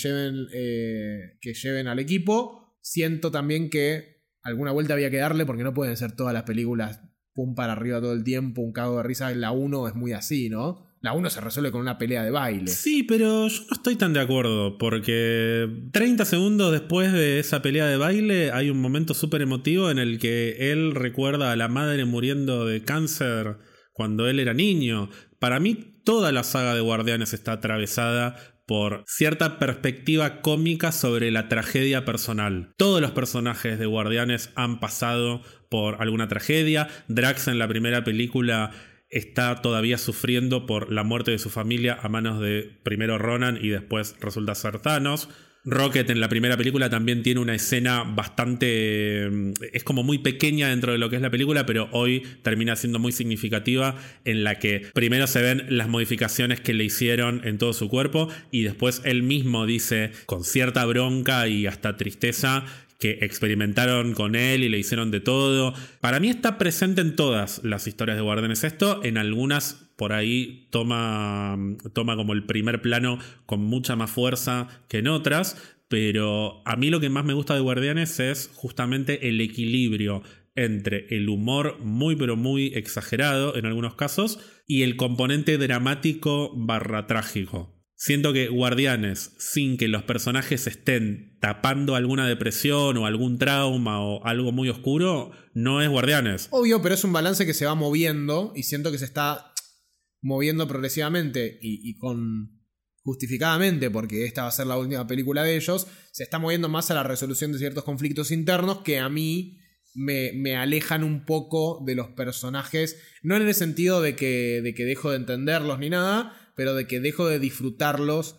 lleven al equipo. Siento también que alguna vuelta había que darle porque no pueden ser todas las películas pum para arriba todo el tiempo, un cago de risa. La 1 es muy así, ¿no? La 1 se resuelve con una pelea de baile. Sí, pero yo no estoy tan de acuerdo porque 30 segundos después de esa pelea de baile hay un momento súper emotivo en el que él recuerda a la madre muriendo de cáncer cuando él era niño. Para mí toda la saga de Guardianes está atravesada por cierta perspectiva cómica sobre la tragedia personal. Todos los personajes de Guardianes han pasado por alguna tragedia. Drax en la primera película está todavía sufriendo por la muerte de su familia a manos de primero Ronan y después resulta ser Thanos. Rocket en la primera película también tiene una escena bastante... es como muy pequeña dentro de lo que es la película, pero hoy termina siendo muy significativa, en la que primero se ven las modificaciones que le hicieron en todo su cuerpo y después él mismo dice con cierta bronca y hasta tristeza que experimentaron con él y le hicieron de todo. Para mí está presente en todas las historias de Guardianes esto, en algunas por ahí toma como el primer plano con mucha más fuerza que en otras, pero a mí lo que más me gusta de Guardianes es justamente el equilibrio entre el humor muy pero muy exagerado en algunos casos y el componente dramático / trágico. Siento que Guardianes, sin que los personajes estén tapando alguna depresión o algún trauma o algo muy oscuro, no es Guardianes. Obvio, pero es un balance que se va moviendo y siento que se está moviendo progresivamente y con justificadamente, porque esta va a ser la última película de ellos, se está moviendo más a la resolución de ciertos conflictos internos que a mí me alejan un poco de los personajes, no en el sentido de que dejo de entenderlos ni nada, pero de que dejo de disfrutarlos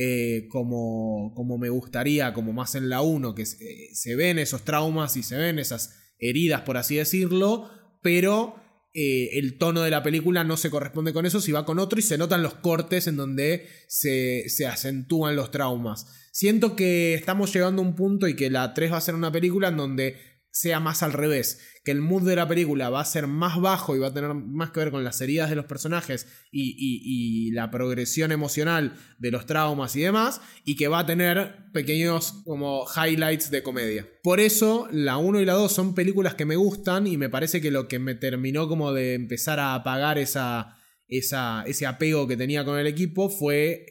como me gustaría, como más en la 1, que se ven esos traumas y se ven esas heridas, por así decirlo, pero el tono de la película no se corresponde con eso, si va con otro y se notan los cortes en donde se acentúan los traumas. Siento que estamos llegando a un punto y que la 3 va a ser una película en donde sea más al revés, que el mood de la película va a ser más bajo y va a tener más que ver con las heridas de los personajes y la progresión emocional de los traumas y demás, y que va a tener pequeños como highlights de comedia. Por eso la 1 y la 2 son películas que me gustan y me parece que lo que me terminó como de empezar a apagar ese apego que tenía con el equipo fue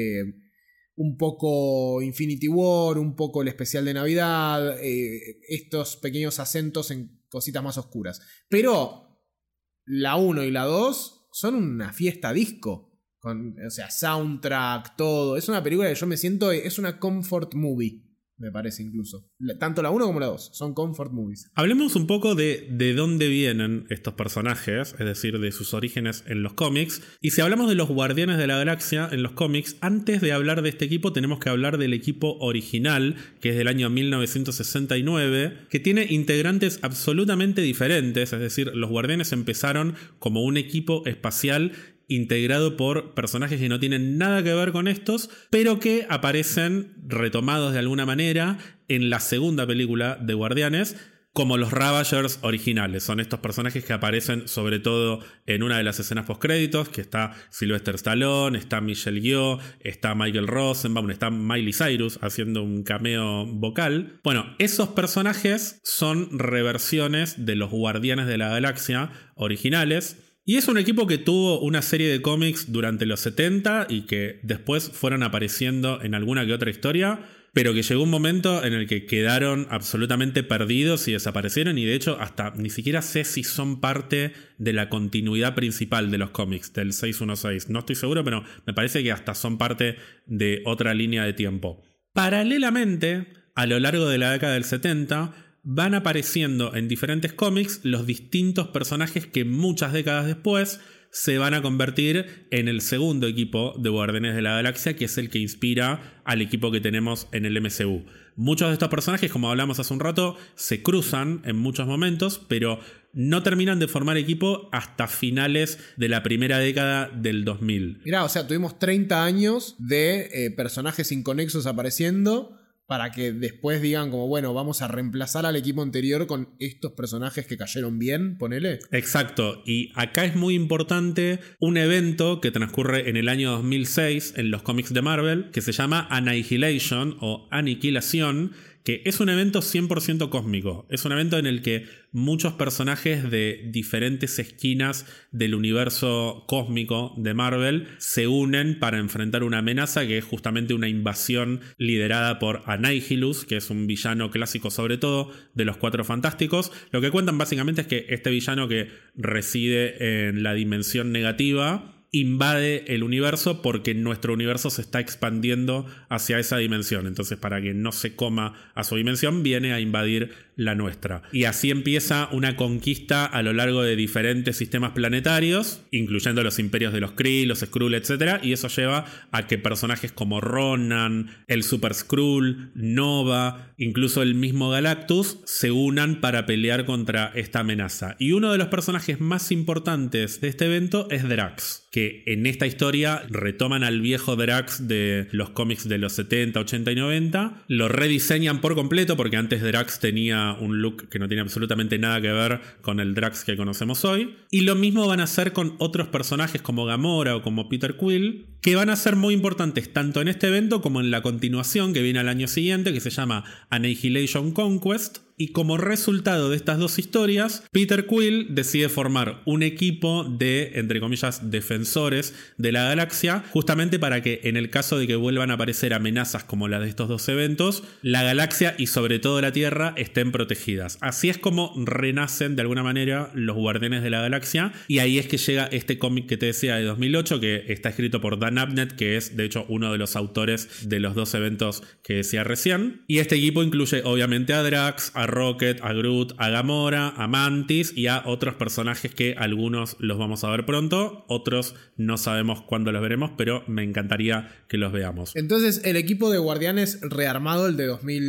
un poco Infinity War, un poco el especial de Navidad, estos pequeños acentos en cositas más oscuras. Pero la 1 y la 2 son una fiesta disco. O sea, soundtrack, todo. Es una película que yo me siento... Es una comfort movie, me parece incluso. Tanto la 1 como la 2 son comfort movies. Hablemos un poco de dónde vienen estos personajes, es decir, de sus orígenes en los cómics. Y si hablamos de los Guardianes de la Galaxia en los cómics, antes de hablar de este equipo tenemos que hablar del equipo original, que es del año 1969, que tiene integrantes absolutamente diferentes, es decir, los Guardianes empezaron como un equipo espacial integrado por personajes que no tienen nada que ver con estos, pero que aparecen retomados de alguna manera en la segunda película de Guardianes, como los Ravagers originales. Son estos personajes que aparecen sobre todo en una de las escenas postcréditos, que está Sylvester Stallone, está Michelle Yeoh, está Michael Rosenbaum, está Miley Cyrus haciendo un cameo vocal. Bueno, esos personajes son reversiones de los Guardianes de la Galaxia originales. Y es un equipo que tuvo una serie de cómics durante los 70 y que después fueron apareciendo en alguna que otra historia, pero que llegó un momento en el que quedaron absolutamente perdidos y desaparecieron, y de hecho hasta ni siquiera sé si son parte de la continuidad principal de los cómics del 616. No estoy seguro, pero me parece que hasta son parte de otra línea de tiempo. Paralelamente, a lo largo de la década del 70, van apareciendo en diferentes cómics los distintos personajes que muchas décadas después se van a convertir en el segundo equipo de Guardianes de la Galaxia, que es el que inspira al equipo que tenemos en el MCU. Muchos de estos personajes, como hablamos hace un rato, se cruzan en muchos momentos, pero no terminan de formar equipo hasta finales de la primera década del 2000. Mirá, o sea, tuvimos 30 años de personajes inconexos apareciendo, para que después digan como, bueno, vamos a reemplazar al equipo anterior con estos personajes que cayeron bien, ponele. Exacto, y acá es muy importante un evento que transcurre en el año 2006 en los cómics de Marvel, que se llama Annihilation o Aniquilación, que es un evento 100% cósmico. Es un evento en el que muchos personajes de diferentes esquinas del universo cósmico de Marvel se unen para enfrentar una amenaza que es justamente una invasión liderada por Annihilus, que es un villano clásico sobre todo de los Cuatro Fantásticos. Lo que cuentan básicamente es que este villano que reside en la dimensión negativa invade el universo porque nuestro universo se está expandiendo hacia esa dimensión. Entonces, para que no se coma a su dimensión, viene a invadir la nuestra. Y así empieza una conquista a lo largo de diferentes sistemas planetarios, incluyendo los imperios de los Kree, los Skrull, etc. Y eso lleva a que personajes como Ronan, el Super Skrull, Nova, incluso el mismo Galactus, se unan para pelear contra esta amenaza. Y uno de los personajes más importantes de este evento es Drax, que en esta historia retoman al viejo Drax de los cómics de los 70, 80 y 90, lo rediseñan por completo porque antes Drax tenía un look que no tiene absolutamente nada que ver con el Drax que conocemos hoy, y lo mismo van a hacer con otros personajes como Gamora o como Peter Quill, que van a ser muy importantes tanto en este evento como en la continuación que viene al año siguiente, que se llama Annihilation Conquest. Y como resultado de estas dos historias, Peter Quill decide formar un equipo de, entre comillas, defensores de la galaxia, justamente para que en el caso de que vuelvan a aparecer amenazas como la de estos dos eventos, la galaxia y sobre todo la Tierra estén protegidas. Así es como renacen de alguna manera los Guardianes de la Galaxia, y ahí es que llega este cómic que te decía de 2008, que está escrito por Dan Abnett, que es de hecho uno de los autores de los dos eventos que decía recién. Y este equipo incluye obviamente a Drax, a Rocket, a Groot, a Gamora, a Mantis y a otros personajes que algunos los vamos a ver pronto, otros no sabemos cuándo los veremos, pero me encantaría que los veamos. Entonces, el equipo de Guardianes rearmado, el de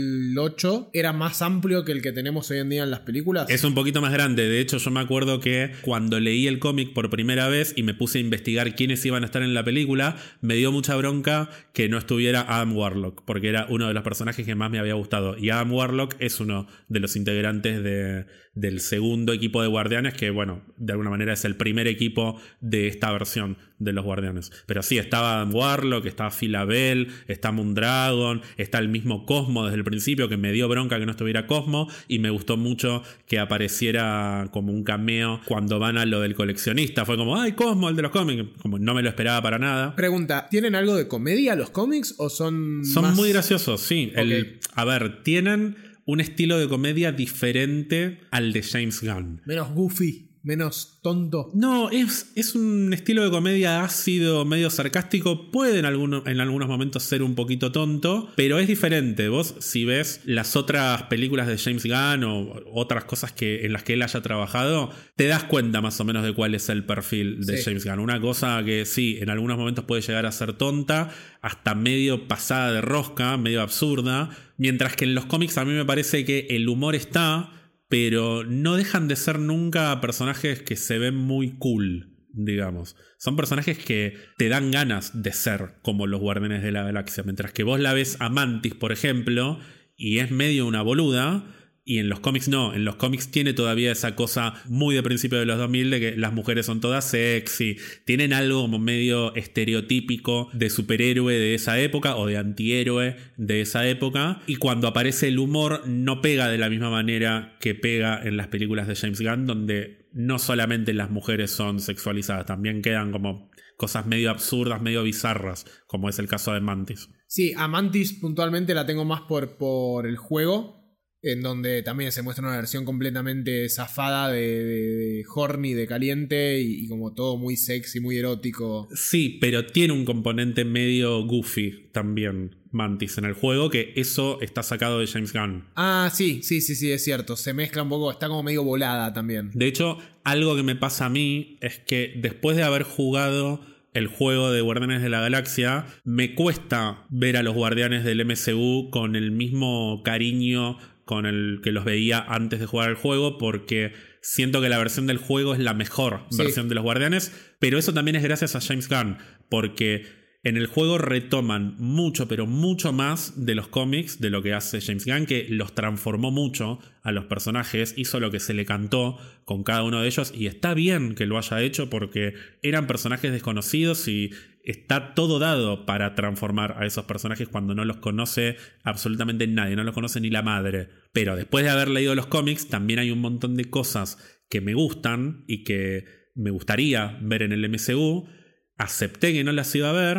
2008, ¿era más amplio que el que tenemos hoy en día en las películas? Es un poquito más grande. De hecho, yo me acuerdo que cuando leí el cómic por primera vez y me puse a investigar quiénes iban a estar en la película, me dio mucha bronca que no estuviera Adam Warlock, porque era uno de los personajes que más me había gustado. Y Adam Warlock es uno de los integrantes del segundo equipo de Guardianes, que bueno, de alguna manera es el primer equipo de esta versión de los Guardianes. Pero sí, estaba Adam Warlock, estaba Phil Abel, está Moondragon, está el mismo Cosmo desde el principio, que me dio bronca que no estuviera Cosmo, y me gustó mucho que apareciera como un cameo cuando van a lo del coleccionista. Fue como, ¡ay, Cosmo, el de los cómics! Como no me lo esperaba para nada. Pregunta, ¿tienen algo de comedia los cómics o son más... muy graciosos, sí. Okay. A ver, tienen un estilo de comedia diferente al de James Gunn. Menos goofy, menos tonto. No, es un estilo de comedia ácido, medio sarcástico. Puede en algunos momentos ser un poquito tonto, pero es diferente. Vos, si ves las otras películas de James Gunn o otras cosas en las que él haya trabajado, te das cuenta más o menos de cuál es el perfil de James Gunn. Una cosa que sí, en algunos momentos puede llegar a ser tonta, hasta medio pasada de rosca, medio absurda, mientras que en los cómics a mí me parece que el humor está, pero no dejan de ser nunca personajes que se ven muy cool, digamos. Son personajes que te dan ganas de ser como los Guardianes de la Galaxia, mientras que vos la ves a Mantis, por ejemplo, y es medio una boluda. Y en los cómics no, en los cómics tiene todavía esa cosa muy de principio de los 2000 de que las mujeres son todas sexy, tienen algo como medio estereotípico de superhéroe de esa época o de antihéroe de esa época, y cuando aparece el humor no pega de la misma manera que pega en las películas de James Gunn, donde no solamente las mujeres son sexualizadas, también quedan como cosas medio absurdas, medio bizarras, como es el caso de Mantis. Sí, a Mantis puntualmente la tengo más por el juego, en donde también se muestra una versión completamente zafada de horny, de caliente y como todo muy sexy, muy erótico. Sí, pero tiene un componente medio goofy también Mantis en el juego, que eso está sacado de James Gunn. Ah, sí, es cierto. Se mezcla un poco, está como medio volada también. De hecho, algo que me pasa a mí es que después de haber jugado el juego de Guardianes de la Galaxia, me cuesta ver a los Guardianes del MCU con el mismo cariño con el que los veía antes de jugar el juego, porque siento que la versión del juego es la mejor versión de los Guardianes, pero eso también es gracias a James Gunn, porque en el juego retoman mucho, pero mucho más de los cómics, de lo que hace James Gunn, que los transformó mucho a los personajes, hizo lo que se le cantó con cada uno de ellos, y está bien que lo haya hecho porque eran personajes desconocidos y está todo dado para transformar a esos personajes cuando no los conoce absolutamente nadie, no los conoce ni la madre. Pero después de haber leído los cómics, también hay un montón de cosas que me gustan y que me gustaría ver en el MCU. Acepté que no las iba a ver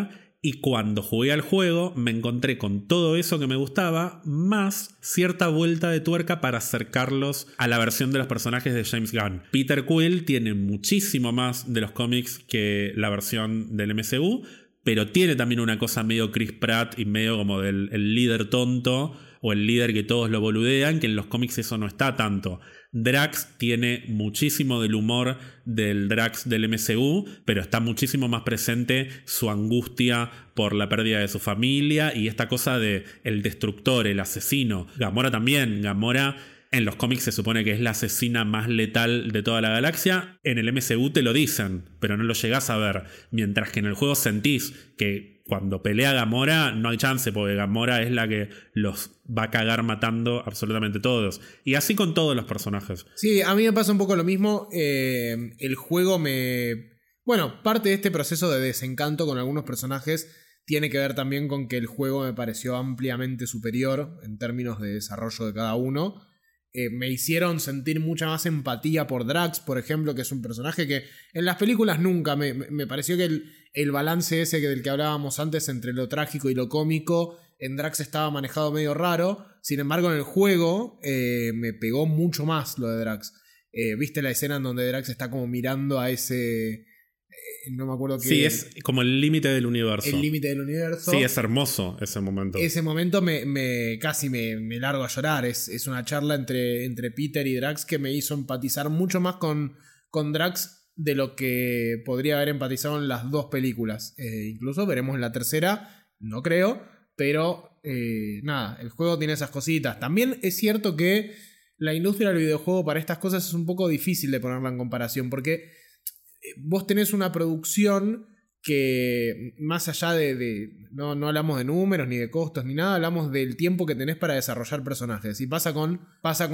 Y cuando jugué al juego me encontré con todo eso que me gustaba, más cierta vuelta de tuerca para acercarlos a la versión de los personajes de James Gunn. Peter Quill tiene muchísimo más de los cómics que la versión del MCU, pero tiene también una cosa medio Chris Pratt y medio como del el líder tonto o el líder que todos lo boludean, que en los cómics eso no está tanto. Drax tiene muchísimo del humor del Drax del MCU, pero está muchísimo más presente su angustia por la pérdida de su familia y esta cosa de el destructor, el asesino. Gamora también. Gamora en los cómics se supone que es la asesina más letal de toda la galaxia. En el MCU te lo dicen, pero no lo llegás a ver. Mientras que en el juego sentís que cuando pelea Gamora no hay chance, porque Gamora es la que los va a cagar matando absolutamente todos. Y así con todos los personajes. Sí, a mí me pasa un poco lo mismo. El juego Bueno, parte de este proceso de desencanto con algunos personajes tiene que ver también con que el juego me pareció ampliamente superior en términos de desarrollo de cada uno. Me hicieron sentir mucha más empatía por Drax, por ejemplo, que es un personaje que en las películas nunca me pareció que el balance ese del que hablábamos antes entre lo trágico y lo cómico en Drax estaba manejado medio raro. Sin embargo, en el juego me pegó mucho más lo de Drax. ¿Viste la escena en donde Drax está como mirando a ese... no me acuerdo qué... Sí, es como el límite del universo. El límite del universo. Sí, es hermoso ese momento. Ese momento casi me largo a llorar. Es una charla entre Peter y Drax que me hizo empatizar mucho más con Drax de lo que podría haber empatizado en las dos películas. Incluso veremos en la tercera, no creo, pero nada, el juego tiene esas cositas. También es cierto que la industria del videojuego para estas cosas es un poco difícil de ponerla en comparación, porque vos tenés una producción que más allá no hablamos de números ni de costos ni nada, hablamos del tiempo que tenés para desarrollar personajes. Y pasa con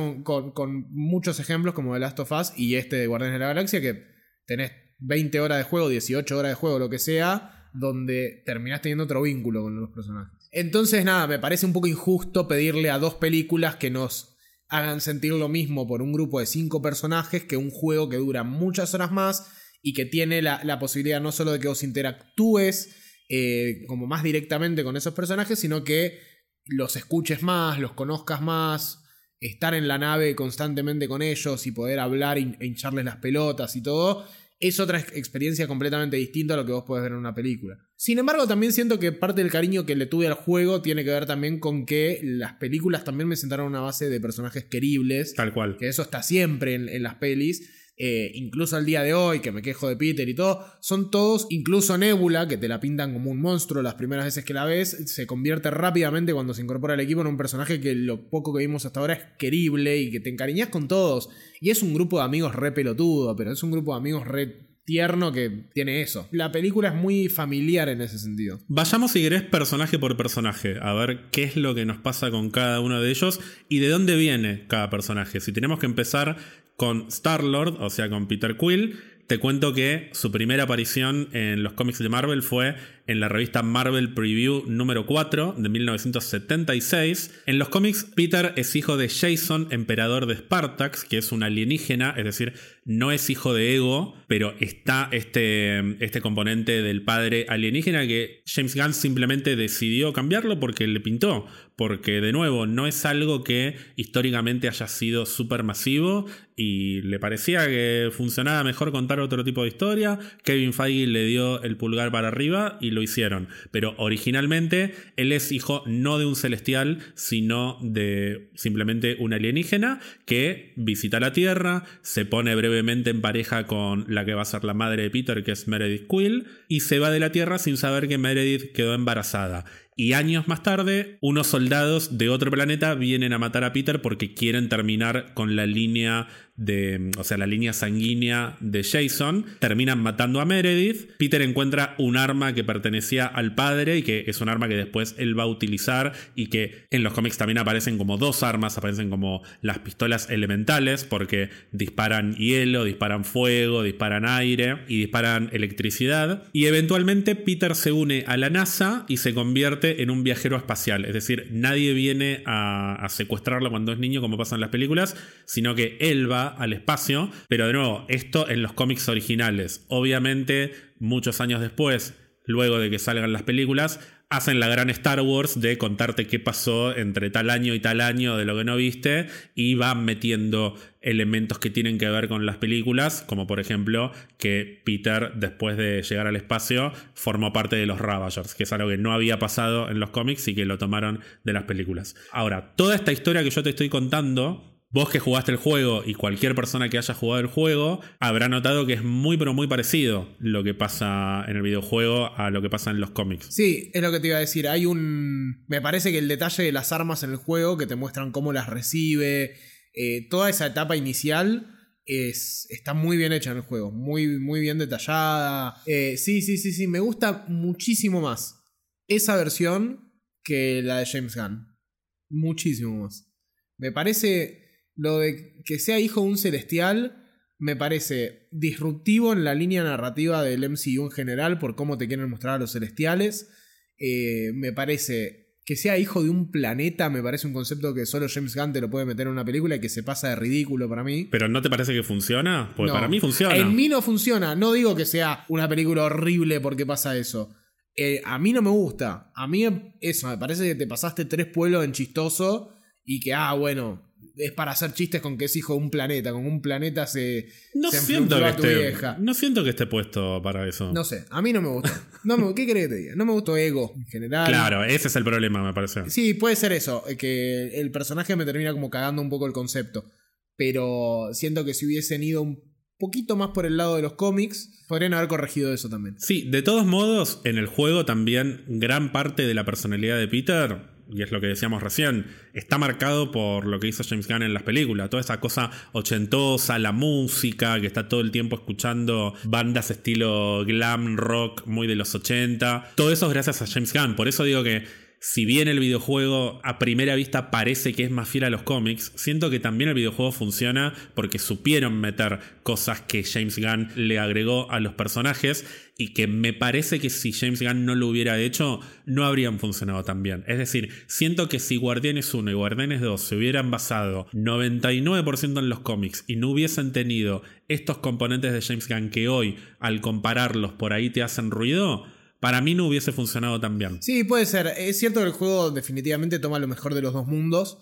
muchos ejemplos como The Last of Us y de Guardianes de la Galaxia, que tenés 20 horas de juego, 18 horas de juego, lo que sea, donde terminás teniendo otro vínculo con los personajes. Entonces nada, me parece un poco injusto pedirle a dos películas que nos hagan sentir lo mismo por un grupo de 5 personajes que un juego que dura muchas horas más y que tiene la posibilidad no solo de que vos interactúes como más directamente con esos personajes, sino que los escuches más, los conozcas más, estar en la nave constantemente con ellos y poder hablar e hincharles las pelotas y todo. Es otra experiencia completamente distinta a lo que vos podés ver en una película. Sin embargo, también siento que parte del cariño que le tuve al juego tiene que ver también con que las películas también me sentaron una base de personajes queribles. Tal cual. Que eso está siempre en las pelis. Incluso al día de hoy, que me quejo de Peter y todo, son todos, incluso Nebula, que te la pintan como un monstruo las primeras veces que la ves, se convierte rápidamente cuando se incorpora al equipo en un personaje que lo poco que vimos hasta ahora es querible y que te encariñas con todos. Y es un grupo de amigos re pelotudo, pero es un grupo de amigos re tierno que tiene eso. La película es muy familiar en ese sentido. Vayamos, si querés, personaje por personaje, a ver qué es lo que nos pasa con cada uno de ellos y de dónde viene cada personaje. Si tenemos que empezar con Star-Lord, o sea, con Peter Quill, te cuento que su primera aparición en los cómics de Marvel fue en la revista Marvel Preview número 4 de 1976. En los cómics, Peter es hijo de Jason, emperador de Spartax, que es un alienígena, es decir, no es hijo de Ego, pero está este componente del padre alienígena que James Gunn simplemente decidió cambiarlo porque le pintó. Porque, de nuevo, no es algo que históricamente haya sido súper masivo y le parecía que funcionaba mejor contar otro tipo de historia. Kevin Feige le dio el pulgar para arriba y lo hicieron. Pero originalmente él es hijo no de un celestial, sino de simplemente un alienígena que visita la Tierra, se pone brevemente en pareja con la que va a ser la madre de Peter, que es Meredith Quill, y se va de la Tierra sin saber que Meredith quedó embarazada. Y años más tarde, unos soldados de otro planeta vienen a matar a Peter porque quieren terminar con la línea la línea sanguínea de Jason. Terminan matando a Meredith. Peter encuentra un arma que pertenecía al padre y que es un arma que después él va a utilizar y que en los cómics también aparecen como dos armas, aparecen como las pistolas elementales porque disparan hielo, disparan fuego, disparan aire y disparan electricidad. Y eventualmente Peter se une a la NASA y se convierte en un viajero espacial. Es decir, nadie viene a secuestrarlo cuando es niño como pasa en las películas, sino que él va al espacio. Pero de nuevo, esto en los cómics originales. Obviamente, muchos años después, luego de que salgan las películas, hacen la gran Star Wars de contarte qué pasó entre tal año y tal año de lo que no viste, y van metiendo elementos que tienen que ver con las películas, como por ejemplo que Peter, después de llegar al espacio, formó parte de los Ravagers, que es algo que no había pasado en los cómics y que lo tomaron de las películas. Ahora, toda esta historia que yo te estoy contando, vos que jugaste el juego y cualquier persona que haya jugado el juego habrá notado que es muy pero muy parecido lo que pasa en el videojuego a lo que pasa en los cómics. Sí, es lo que te iba a decir. Me parece que el detalle de las armas en el juego, que te muestran cómo las recibe, toda esa etapa inicial está muy bien hecha en el juego. Muy, muy bien detallada. Sí. Me gusta muchísimo más esa versión que la de James Gunn. Muchísimo más. Me parece... Lo de que sea hijo de un celestial me parece disruptivo en la línea narrativa del MCU en general por cómo te quieren mostrar a los celestiales. Me parece que sea hijo de un planeta, me parece un concepto que solo James Gunn te lo puede meter en una película y que se pasa de ridículo para mí. ¿Pero no te parece que funciona? Porque no, para mí funciona. En mí no funciona. No digo que sea una película horrible porque pasa eso. A mí no me gusta. A mí eso, me parece que te pasaste 3 pueblos en chistoso y que, bueno... Es para hacer chistes con que es hijo de un planeta. Con un planeta se siento a tu vieja. No siento que esté puesto para eso. No sé, a mí no me gusta. ¿Qué querés que te diga? No me gustó Ego en general. Claro, ese es el problema, me parece. Sí, puede ser eso. Que el personaje me termina como cagando un poco el concepto. Pero siento que si hubiesen ido un poquito más por el lado de los cómics, podrían haber corregido eso también. Sí, de todos modos, en el juego también gran parte de la personalidad de Peter... y es lo que decíamos recién, está marcado por lo que hizo James Gunn en las películas. Toda esa cosa ochentosa, la música, que está todo el tiempo escuchando bandas estilo glam rock muy de los 80. Todo eso es gracias a James Gunn. Por eso digo que si bien el videojuego a primera vista parece que es más fiel a los cómics, siento que también el videojuego funciona porque supieron meter cosas que James Gunn le agregó a los personajes y que me parece que si James Gunn no lo hubiera hecho, no habrían funcionado tan bien. Es decir, siento que si Guardianes 1 y Guardianes 2 se hubieran basado 99% en los cómics y no hubiesen tenido estos componentes de James Gunn que hoy, al compararlos, por ahí te hacen ruido... para mí no hubiese funcionado tan bien. Sí, puede ser. Es cierto que el juego definitivamente toma lo mejor de los dos mundos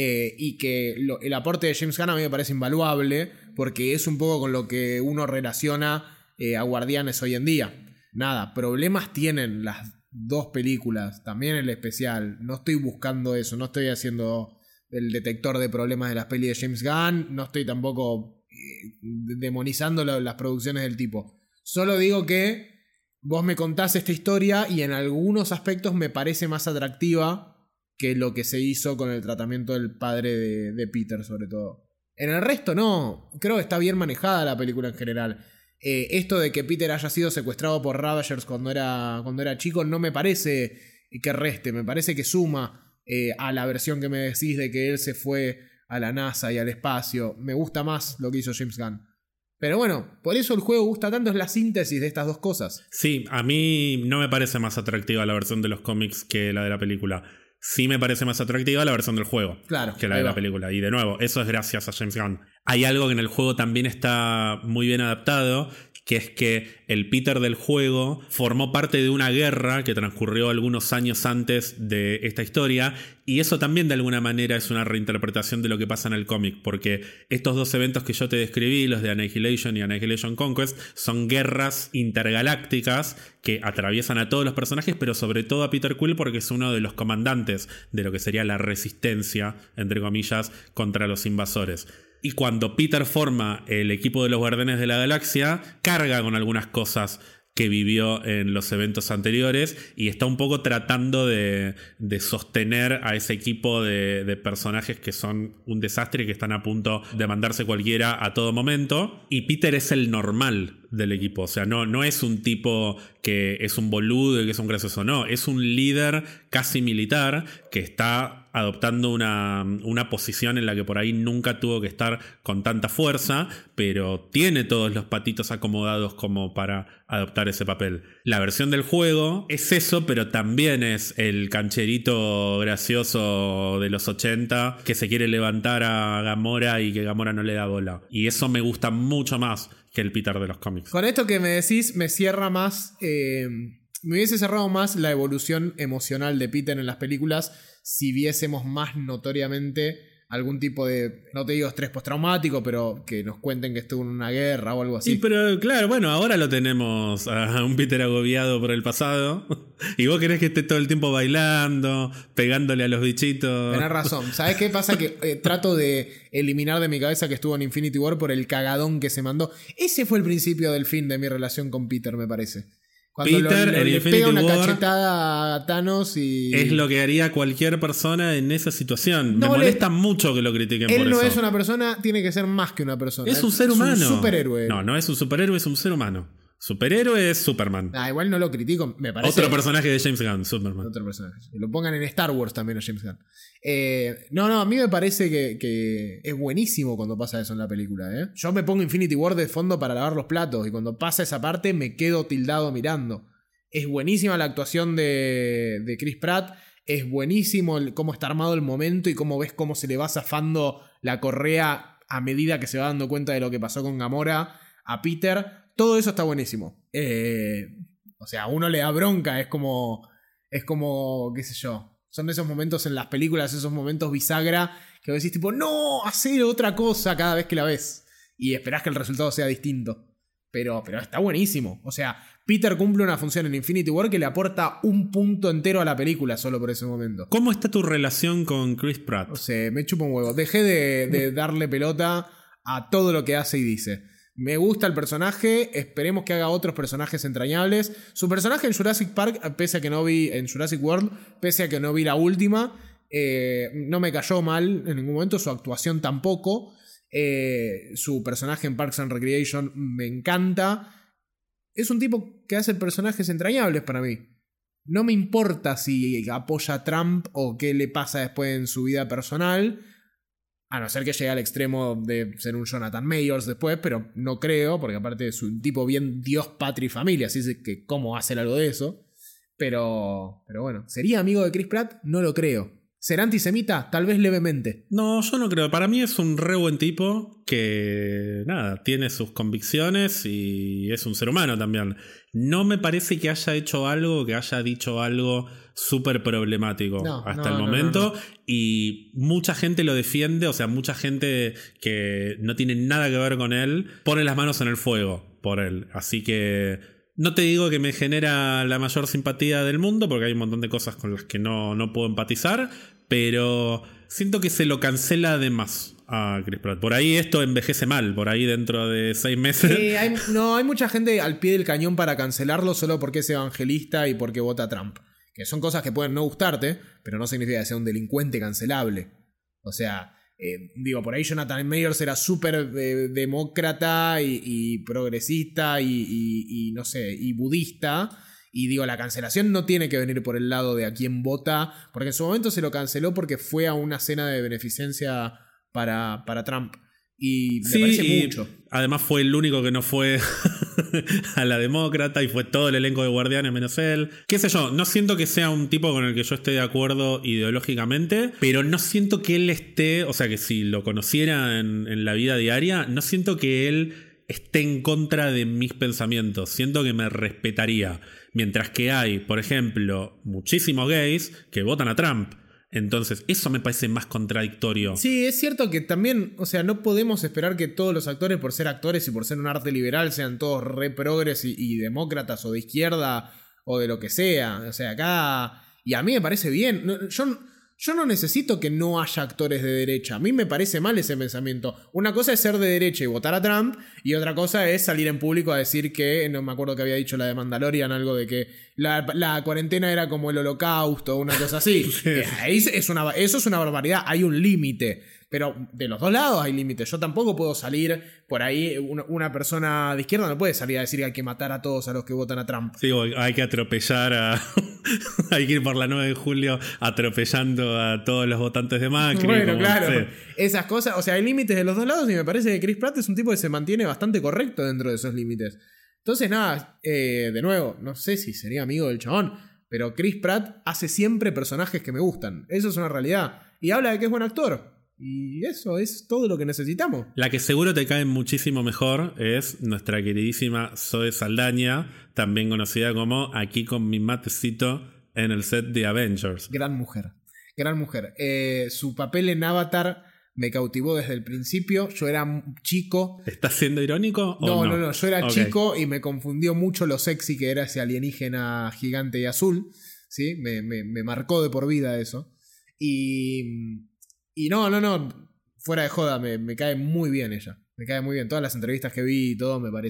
y que el aporte de James Gunn a mí me parece invaluable porque es un poco con lo que uno relaciona a Guardianes hoy en día. Nada, problemas tienen las dos películas, también el especial. No estoy buscando eso, no estoy haciendo el detector de problemas de las pelis de James Gunn, no estoy tampoco demonizando las producciones del tipo. Solo digo que vos me contás esta historia y en algunos aspectos me parece más atractiva que lo que se hizo con el tratamiento del padre de Peter, sobre todo. En el resto no, creo que está bien manejada la película en general. Esto de que Peter haya sido secuestrado por Ravagers cuando era chico no me parece que reste, me parece que suma a la versión que me decís de que él se fue a la NASA y al espacio. Me gusta más lo que hizo James Gunn. Pero bueno, por eso el juego gusta tanto, es la síntesis de estas dos cosas. Sí, a mí no me parece más atractiva la versión de los cómics que la de la película. Sí me parece más atractiva la versión del juego que la de la película. Y de nuevo, eso es gracias a James Gunn. Hay algo que en el juego también está muy bien adaptado, que es que el Peter del juego formó parte de una guerra que transcurrió algunos años antes de esta historia, y eso también de alguna manera es una reinterpretación de lo que pasa en el cómic, porque estos dos eventos que yo te describí, los de Annihilation y Annihilation Conquest, son guerras intergalácticas que atraviesan a todos los personajes, pero sobre todo a Peter Quill porque es uno de los comandantes de lo que sería la resistencia, entre comillas, contra los invasores. Y cuando Peter forma el equipo de los Guardianes de la Galaxia, carga con algunas cosas que vivió en los eventos anteriores y está un poco tratando de sostener a ese equipo de personajes que son un desastre y que están a punto de mandarse cualquiera a todo momento. Y Peter es el normal del equipo, o sea, no es un tipo que es un boludo y que es un gracioso, no, es un líder casi militar que está adoptando una posición en la que por ahí nunca tuvo que estar con tanta fuerza, pero tiene todos los patitos acomodados como para adoptar ese papel. La versión del juego es eso, pero también es el cancherito gracioso de los 80 que se quiere levantar a Gamora y que Gamora no le da bola. Y eso me gusta mucho más que el Peter de los cómics. Con esto que me decís me cierra más me hubiese cerrado más la evolución emocional de Peter en las películas si viésemos más notoriamente algún tipo de, no te digo estrés postraumático, pero que nos cuenten que estuvo en una guerra o algo así. Sí, pero claro, bueno, ahora lo tenemos a un Peter agobiado por el pasado. Y vos querés que esté todo el tiempo bailando, pegándole a los bichitos. Tenés razón. ¿Sabés qué pasa? Que trato de eliminar de mi cabeza que estuvo en Infinity War por el cagadón que se mandó. Ese fue el principio del fin de mi relación con Peter, me parece. Cuando Peter le pega una cachetada a Thanos y... Es lo que haría cualquier persona en esa situación. Me molesta mucho que lo critiquen por eso. Él no es una persona, tiene que ser más que una persona. Es un ser humano. Es un superhéroe. No es un superhéroe, es un ser humano. Superhéroe es Superman. Igual no lo critico, me parece. Otro personaje de James Gunn, Superman. Otro personaje. Lo pongan en Star Wars también a James Gunn. A mí me parece que es buenísimo cuando pasa eso en la película. Yo me pongo Infinity War de fondo para lavar los platos y cuando pasa esa parte me quedo tildado mirando. Es buenísima la actuación de Chris Pratt. Es buenísimo cómo está armado el momento y cómo ves cómo se le va zafando la correa a medida que se va dando cuenta de lo que pasó con Gamora a Peter. Todo eso está buenísimo. O sea, a uno le da bronca, es como, qué sé yo. Son de esos momentos en las películas, esos momentos bisagra, que vos decís tipo, no, hacer otra cosa cada vez que la ves. Y esperás que el resultado sea distinto. Pero está buenísimo. O sea, Peter cumple una función en Infinity War que le aporta un punto entero a la película solo por ese momento. ¿Cómo está tu relación con Chris Pratt? O sea, me chupa un huevo. Dejé de darle pelota a todo lo que hace y dice. Me gusta el personaje, esperemos que haga otros personajes entrañables. Su personaje en Jurassic Park, pese a que no vi en Jurassic World, pese a que no vi la última, no me cayó mal en ningún momento, su actuación tampoco. Su personaje en Parks and Recreation me encanta. Es un tipo que hace personajes entrañables para mí. No me importa si apoya a Trump o qué le pasa después en su vida personal. A no ser que llegue al extremo de ser un Jonathan Mayors después, pero no creo, porque aparte es un tipo bien Dios, patria y familia, así que cómo hacer algo de eso. Pero bueno, ¿sería amigo de Chris Pratt? No lo creo. ¿Será antisemita? Tal vez levemente. No, yo no creo. Para mí es un re buen tipo que, nada, tiene sus convicciones y es un ser humano también. No me parece que haya hecho algo, que haya dicho algo súper problemático hasta el momento. No. Y mucha gente lo defiende, o sea, mucha gente que no tiene nada que ver con él pone las manos en el fuego por él. Así que no te digo que me genera la mayor simpatía del mundo, porque hay un montón de cosas con las que no puedo empatizar, pero siento que se lo cancela de más a Chris Pratt. Por ahí esto envejece mal, por ahí dentro de 6 meses. Hay mucha gente al pie del cañón para cancelarlo solo porque es evangelista y porque vota a Trump. Que son cosas que pueden no gustarte, pero no significa que sea un delincuente cancelable. O sea, por ahí Jonathan Mayors era súper demócrata y progresista y no sé, y budista. Y la cancelación no tiene que venir por el lado de a quién vota, porque en su momento se lo canceló porque fue a una cena de beneficencia para Trump. Y me parece mucho. Además fue el único que no fue a la demócrata y fue todo el elenco de Guardianes menos él. Qué sé yo, no siento que sea un tipo con el que yo esté de acuerdo ideológicamente, pero no siento que él esté, o sea que si lo conociera en la vida diaria, no siento que él esté en contra de mis pensamientos. Siento que me respetaría. Mientras que hay, por ejemplo, muchísimos gays que votan a Trump. Entonces, eso me parece más contradictorio. Sí, es cierto que también, o sea, no podemos esperar que todos los actores, por ser actores y por ser un arte liberal, sean todos re progres y demócratas o de izquierda o de lo que sea. O sea, acá... Y a mí me parece bien. Yo no necesito que no haya actores de derecha. A mí me parece mal ese pensamiento. Una cosa es ser de derecha y votar a Trump, y otra cosa es salir en público a decir que, no me acuerdo que había dicho la de Mandalorian, algo de que la cuarentena era como el holocausto o una cosa así. Sí. Eso es una barbaridad. Hay un límite. Pero de los dos lados hay límites. Yo tampoco puedo salir por ahí. Una persona de izquierda no puede salir a decir que hay que matar a todos a los que votan a Trump. Sí, hay que atropellar a... hay que ir por la 9 de julio atropellando a todos los votantes de Macri. Bueno, claro. Sí. Esas cosas. O sea, hay límites de los dos lados y me parece que Chris Pratt es un tipo que se mantiene bastante correcto dentro de esos límites. Entonces, nada, de nuevo, no sé si sería amigo del chabón, pero Chris Pratt hace siempre personajes que me gustan. Eso es una realidad. Y habla de que es buen actor. Y eso es todo lo que necesitamos. La que seguro te cae muchísimo mejor es nuestra queridísima Zoe Saldaña, también conocida como Aquí con mi matecito en el set de Avengers. Gran mujer, gran mujer. Su papel en Avatar me cautivó desde el principio. Yo era chico. ¿Estás siendo irónico o no? No. Yo era chico y me confundió mucho lo sexy que era ese alienígena gigante y azul. ¿Sí? Me marcó de por vida eso. Y no. Fuera de joda, me cae muy bien ella. Me cae muy bien. Todas las entrevistas que vi y todo me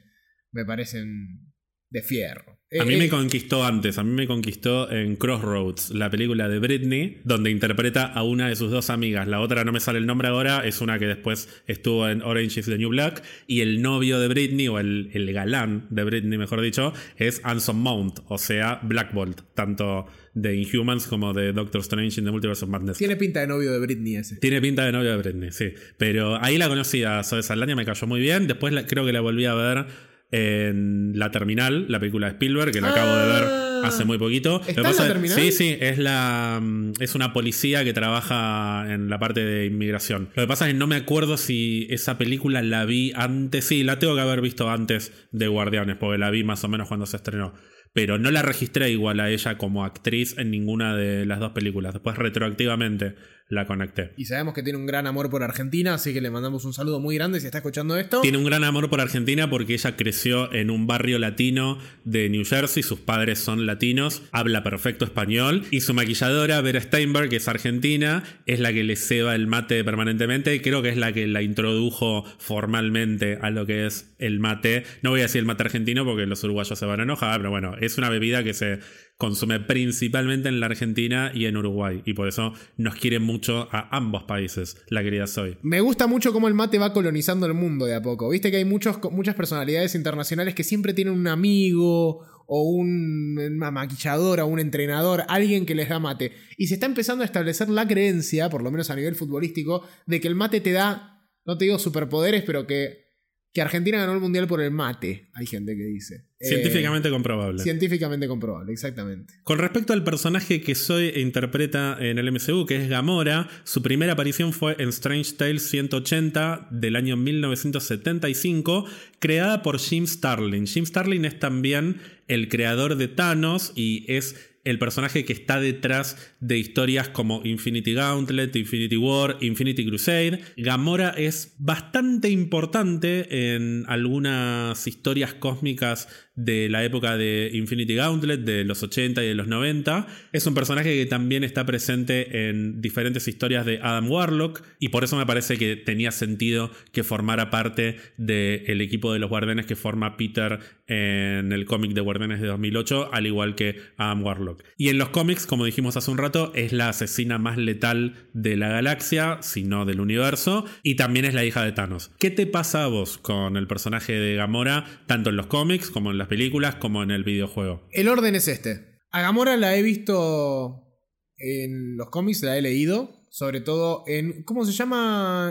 parecen de fierro. A mí me conquistó antes, a mí me conquistó en Crossroads, la película de Britney, donde interpreta a una de sus dos amigas. La otra no me sale el nombre ahora, es una que después estuvo en Orange is the New Black. Y el novio de Britney, o el galán de Britney, mejor dicho, es Anson Mount, o sea, Black Bolt, tanto de Inhumans como de Doctor Strange in the Multiverse of Madness. Tiene pinta de novio de Britney ese. Tiene pinta de novio de Britney, sí. Pero ahí la conocí a Zoe Saldaña, me cayó muy bien. Después creo que la volví a ver en La Terminal, la película de Spielberg, que la acabo de ver hace muy poquito. ¿Está en La Terminal? Sí, es una policía que trabaja en la parte de inmigración. Lo que pasa es que no me acuerdo si esa película la vi antes. Sí, la tengo que haber visto antes de Guardianes, porque la vi más o menos cuando se estrenó. Pero no la registré igual a ella como actriz en ninguna de las dos películas. Después retroactivamente la conecté. Y sabemos que tiene un gran amor por Argentina, así que le mandamos un saludo muy grande si está escuchando esto. Tiene un gran amor por Argentina porque ella creció en un barrio latino de New Jersey, sus padres son latinos, habla perfecto español y su maquilladora, Vera Steinberg, que es argentina, es la que le ceba el mate permanentemente. Creo que es la que la introdujo formalmente a lo que es el mate. No voy a decir el mate argentino porque los uruguayos se van a enojar, pero bueno, es una bebida que se consume principalmente en la Argentina y en Uruguay, y por eso nos quiere mucho a ambos países, la querida Zoe. Me gusta mucho cómo el mate va colonizando el mundo de a poco. Viste que hay muchas personalidades internacionales que siempre tienen un amigo o una maquilladora o un entrenador, alguien que les da mate. Y se está empezando a establecer la creencia, por lo menos a nivel futbolístico, de que el mate te da, no te digo superpoderes, pero que Argentina ganó el mundial por el mate. Hay gente que dice. Científicamente comprobable. Científicamente comprobable, exactamente. Con respecto al personaje que Zoe interpreta en el MCU, que es Gamora, su primera aparición fue en Strange Tales 180 del año 1975, creada por Jim Starlin. Jim Starlin es también el creador de Thanos y es el personaje que está detrás de historias como Infinity Gauntlet, Infinity War, Infinity Crusade. Gamora es bastante importante en algunas historias cósmicas de la época de Infinity Gauntlet, de los 80 y de los 90. Es un personaje que también está presente en diferentes historias de Adam Warlock, y por eso me parece que tenía sentido que formara parte del equipo de los Guardianes que forma Peter en el cómic de Guardianes de 2008, al igual que Adam Warlock. Y en los cómics, como dijimos hace un rato, es la asesina más letal de la galaxia, si no del universo, y también es la hija de Thanos. ¿Qué te pasa a vos con el personaje de Gamora, tanto en los cómics como en las películas como en el videojuego? El orden es este. A Gamora la he visto en los cómics, la he leído, sobre todo en... ¿Cómo se llama?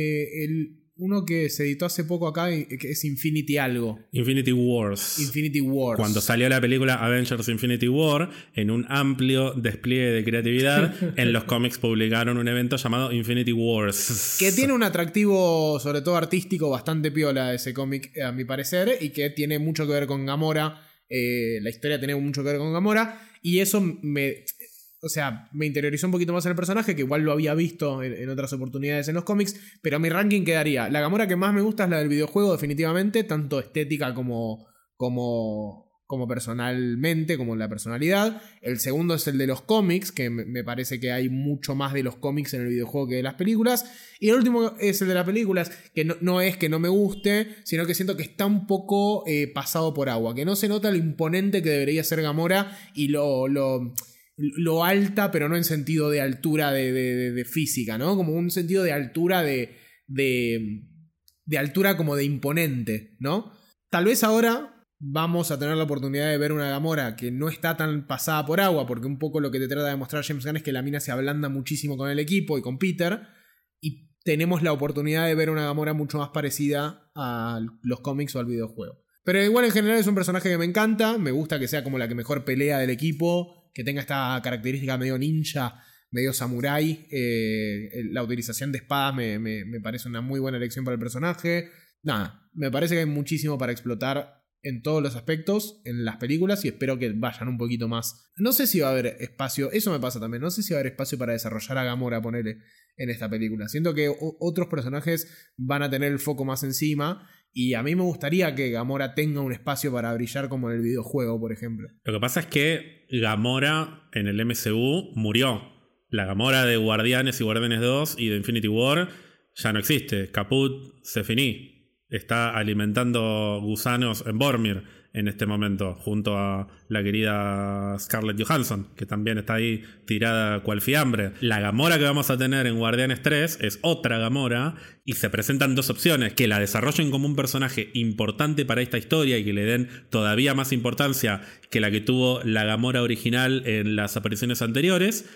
Uno que se editó hace poco acá, que es Infinity algo. Infinity Wars. Infinity Wars. Cuando salió la película Avengers Infinity War, en un amplio despliegue de creatividad, en los cómics publicaron un evento llamado Infinity Wars. Que tiene un atractivo, sobre todo artístico, bastante piola ese cómic, a mi parecer, y que tiene mucho que ver con Gamora. La historia tiene mucho que ver con Gamora, y eso me interiorizó un poquito más en el personaje, que igual lo había visto en otras oportunidades en los cómics, pero mi ranking quedaría: la Gamora que más me gusta es la del videojuego, definitivamente, tanto estética como personalmente, como la personalidad. El segundo es el de los cómics, que me parece que hay mucho más de los cómics en el videojuego que de las películas. Y el último es el de las películas, que no es que no me guste, sino que siento que está un poco pasado por agua, que no se nota lo imponente que debería ser Gamora y lo alta, pero no en sentido de altura de física, ¿no? Como un sentido de altura de altura como de imponente, ¿no? Tal vez ahora vamos a tener la oportunidad de ver una Gamora que no está tan pasada por agua, porque un poco lo que te trata de mostrar James Gunn es que la mina se ablanda muchísimo con el equipo y con Peter, y tenemos la oportunidad de ver una Gamora mucho más parecida a los cómics o al videojuego. Pero igual en general es un personaje que me encanta, me gusta que sea como la que mejor pelea del equipo, que tenga esta característica medio ninja, medio samurái. La utilización de espadas me parece una muy buena elección para el personaje. Nada, me parece que hay muchísimo para explotar en todos los aspectos en las películas y espero que vayan un poquito más. No sé si va a haber espacio, eso me pasa también, no sé si va a haber espacio para desarrollar a Gamora, ponele, en esta película. Siento que otros personajes van a tener el foco más encima y a mí me gustaría que Gamora tenga un espacio para brillar como en el videojuego, por ejemplo. Lo que pasa es que Gamora en el MCU murió. La Gamora de Guardianes y Guardianes 2 y de Infinity War ya no existe. Caput se finí. Está alimentando gusanos en Vormir en este momento, junto a la querida Scarlett Johansson, que también está ahí tirada cual fiambre. La Gamora que vamos a tener en Guardianes 3 es otra Gamora, y se presentan dos opciones: que la desarrollen como un personaje importante para esta historia y que le den todavía más importancia que la que tuvo la Gamora original en las apariciones anteriores,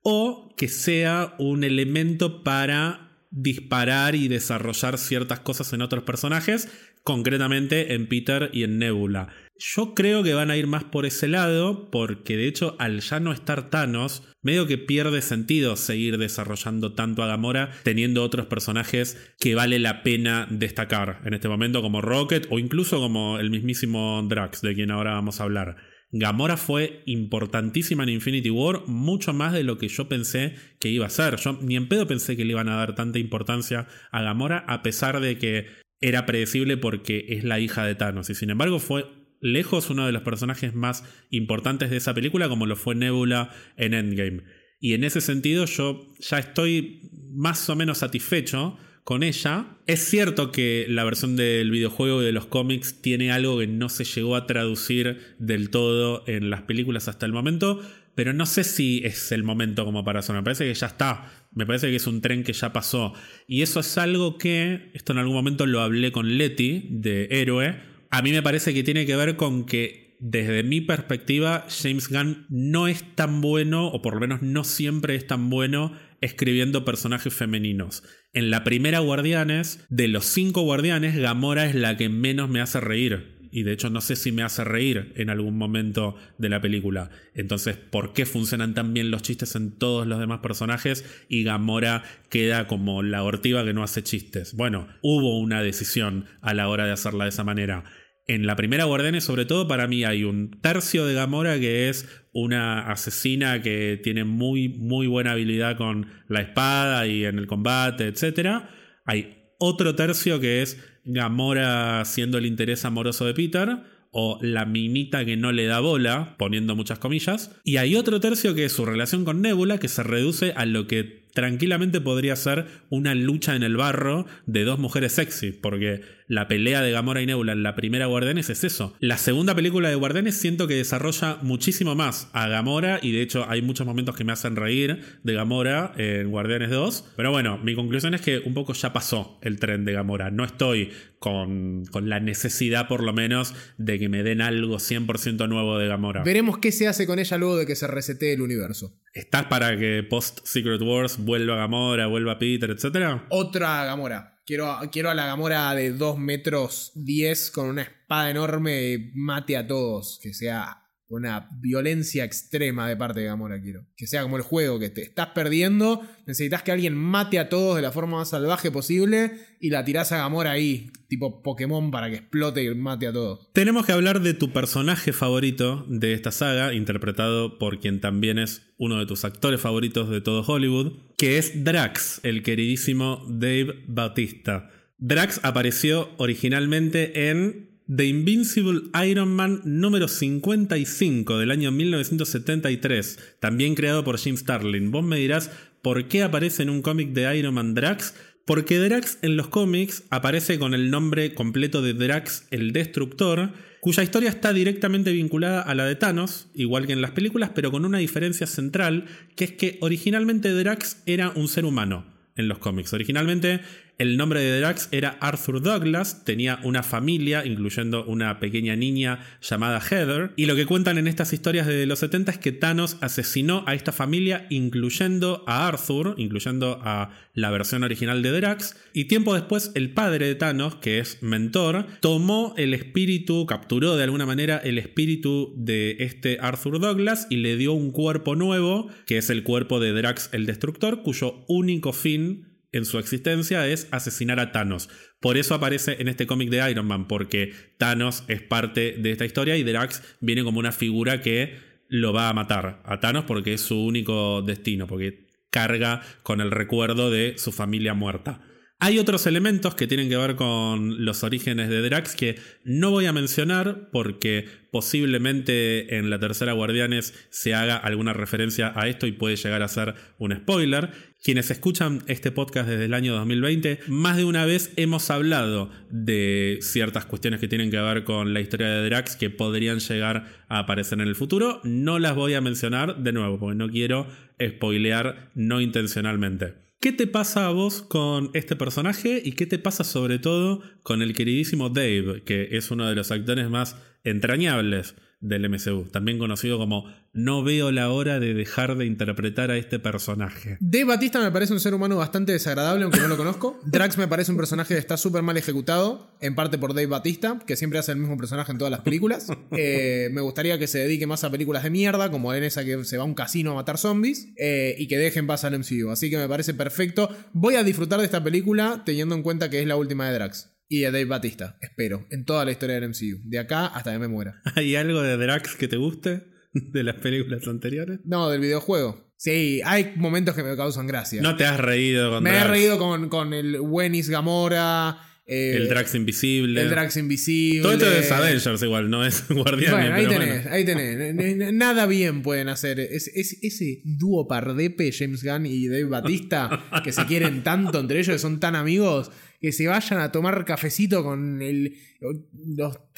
o que sea un elemento para disparar y desarrollar ciertas cosas en otros personajes, concretamente en Peter y en Nebula. Yo creo que van a ir más por ese lado, porque de hecho al ya no estar Thanos, medio que pierde sentido seguir desarrollando tanto a Gamora teniendo otros personajes que vale la pena destacar en este momento, como Rocket o incluso como el mismísimo Drax, de quien ahora vamos a hablar. Gamora fue importantísima en Infinity War, mucho más de lo que yo pensé que iba a ser. Yo ni en pedo pensé que le iban a dar tanta importancia a Gamora, a pesar de que era predecible porque es la hija de Thanos. Y sin embargo fue lejos uno de los personajes más importantes de esa película, como lo fue Nebula en Endgame. Y en ese sentido yo ya estoy más o menos satisfecho con ella. Es cierto que la versión del videojuego y de los cómics tiene algo que no se llegó a traducir del todo en las películas hasta el momento, pero no sé si es el momento como para eso. Me parece que ya está. Me parece que es un tren que ya pasó. Y eso es algo que, esto en algún momento lo hablé con Leti de Héroe, a mí me parece que tiene que ver con que desde mi perspectiva James Gunn no es tan bueno, o por lo menos no siempre es tan bueno escribiendo personajes femeninos. En la primera Guardianes, de los 5 Guardianes, Gamora es la que menos me hace reír. Y de hecho no sé si me hace reír en algún momento de la película. Entonces, ¿por qué funcionan tan bien los chistes en todos los demás personajes y Gamora queda como la ortiva que no hace chistes? Bueno, hubo una decisión a la hora de hacerla de esa manera. En la primera Guardianes, sobre todo, para mí hay un tercio de Gamora que es una asesina que tiene muy, muy buena habilidad con la espada y en el combate, etc. Hay otro tercio que es Gamora siendo el interés amoroso de Peter, o la minita que no le da bola, poniendo muchas comillas. Y hay otro tercio que es su relación con Nebula, que se reduce a lo que tranquilamente podría ser una lucha en el barro de dos mujeres sexy, porque la pelea de Gamora y Nebula en la primera Guardianes es eso. La segunda película de Guardianes siento que desarrolla muchísimo más a Gamora, y de hecho hay muchos momentos que me hacen reír de Gamora en Guardianes 2, pero bueno, mi conclusión es que un poco ya pasó el tren de Gamora. No estoy con la necesidad, por lo menos, de que me den algo 100% nuevo de Gamora. Veremos qué se hace con ella luego de que se resetee el universo. ¿Estás para que post Secret Wars vuelva Gamora, vuelva Peter, etcétera? Otra Gamora. Quiero a la Gamora de 2 metros 10 con una espada enorme, mate a todos. Que sea una violencia extrema de parte de Gamora, quiero. Que sea como el juego, que te estás perdiendo, necesitas que alguien mate a todos de la forma más salvaje posible y la tirás a Gamora ahí, tipo Pokémon, para que explote y mate a todos. Tenemos que hablar de tu personaje favorito de esta saga, interpretado por quien también es uno de tus actores favoritos de todo Hollywood, que es Drax, el queridísimo Dave Bautista. Drax apareció originalmente en The Invincible Iron Man número 55 del año 1973, también creado por Jim Starlin. Vos me dirás, ¿por qué aparece en un cómic de Iron Man Drax? Porque Drax en los cómics aparece con el nombre completo de Drax el Destructor, cuya historia está directamente vinculada a la de Thanos, igual que en las películas, pero con una diferencia central, que es que originalmente Drax era un ser humano en los cómics. Originalmente El nombre de Drax era Arthur Douglas, tenía una familia, incluyendo una pequeña niña llamada Heather, y lo que cuentan en estas historias de los 70 es que Thanos asesinó a esta familia, incluyendo a Arthur, incluyendo a la versión original de Drax, y tiempo después el padre de Thanos, que es Mentor, tomó el espíritu, capturó de alguna manera el espíritu de este Arthur Douglas y le dio un cuerpo nuevo, que es el cuerpo de Drax el Destructor, cuyo único fin en su existencia es asesinar a Thanos. Por eso aparece en este cómic de Iron Man, porque Thanos es parte de esta historia y Drax viene como una figura que lo va a matar a Thanos porque es su único destino, porque carga con el recuerdo de su familia muerta. Hay otros elementos que tienen que ver con los orígenes de Drax que no voy a mencionar porque posiblemente en la tercera Guardianes se haga alguna referencia a esto y puede llegar a ser un spoiler. Quienes escuchan este podcast desde el año 2020, más de una vez hemos hablado de ciertas cuestiones que tienen que ver con la historia de Drax que podrían llegar a aparecer en el futuro. No las voy a mencionar de nuevo porque no quiero spoilear no intencionalmente. ¿Qué te pasa a vos con este personaje y qué te pasa sobre todo con el queridísimo Dave, que es uno de los actores más entrañables del MCU, también conocido como no veo la hora de dejar de interpretar a este personaje? Dave Bautista me parece un ser humano bastante desagradable, aunque no lo conozco. Drax me parece un personaje que está súper mal ejecutado, en parte por Dave Bautista, que siempre hace el mismo personaje en todas las películas. Me gustaría que se dedique más a películas de mierda, como en esa que se va a un casino a matar zombies, y que dejen pasar al MCU. Así que me parece perfecto. Voy a disfrutar de esta película teniendo en cuenta que es la última de Drax. Y de Dave Bautista, espero, en toda la historia del MCU. De acá hasta que me muera. ¿Hay algo de Drax que te guste de las películas anteriores? No, del videojuego. Sí, hay momentos que me causan gracia. ¿No te has reído con Me Drax? he reído con el Wenis Gamora. El Drax invisible. El Drax invisible. Todo esto es Avengers igual, no es Guardianes. Bueno, ahí pero tenés, ahí tenés. Nada bien pueden hacer. Ese dúo pardepe, James Gunn y Dave Bautista, que se quieren tanto entre ellos, que son tan amigos, que se vayan a tomar cafecito con los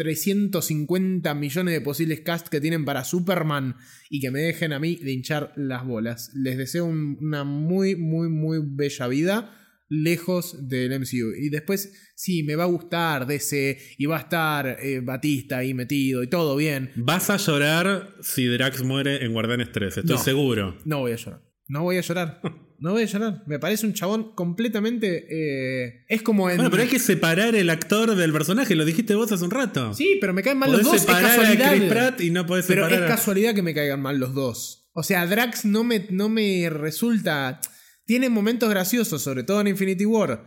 350 millones de posibles cast que tienen para Superman y que me dejen a mí de hinchar las bolas. Les deseo una muy, muy, muy bella vida lejos del MCU. Y después, sí, me va a gustar DC y va a estar Batista ahí metido y todo bien. Vas a llorar si Drax muere en Guardianes 3, estoy seguro. No voy a llorar. No voy a llorar. No voy a llorar. Me parece un chabón completamente... es como en... Bueno, pero hay que separar el actor del personaje. Lo dijiste vos hace un rato. Sí, pero me caen mal los dos. Podés separar es casualidad. a Chris Pratt y no podés pero separar es casualidad que me caigan mal los dos. O sea, Drax no me resulta... Tiene momentos graciosos, sobre todo en Infinity War.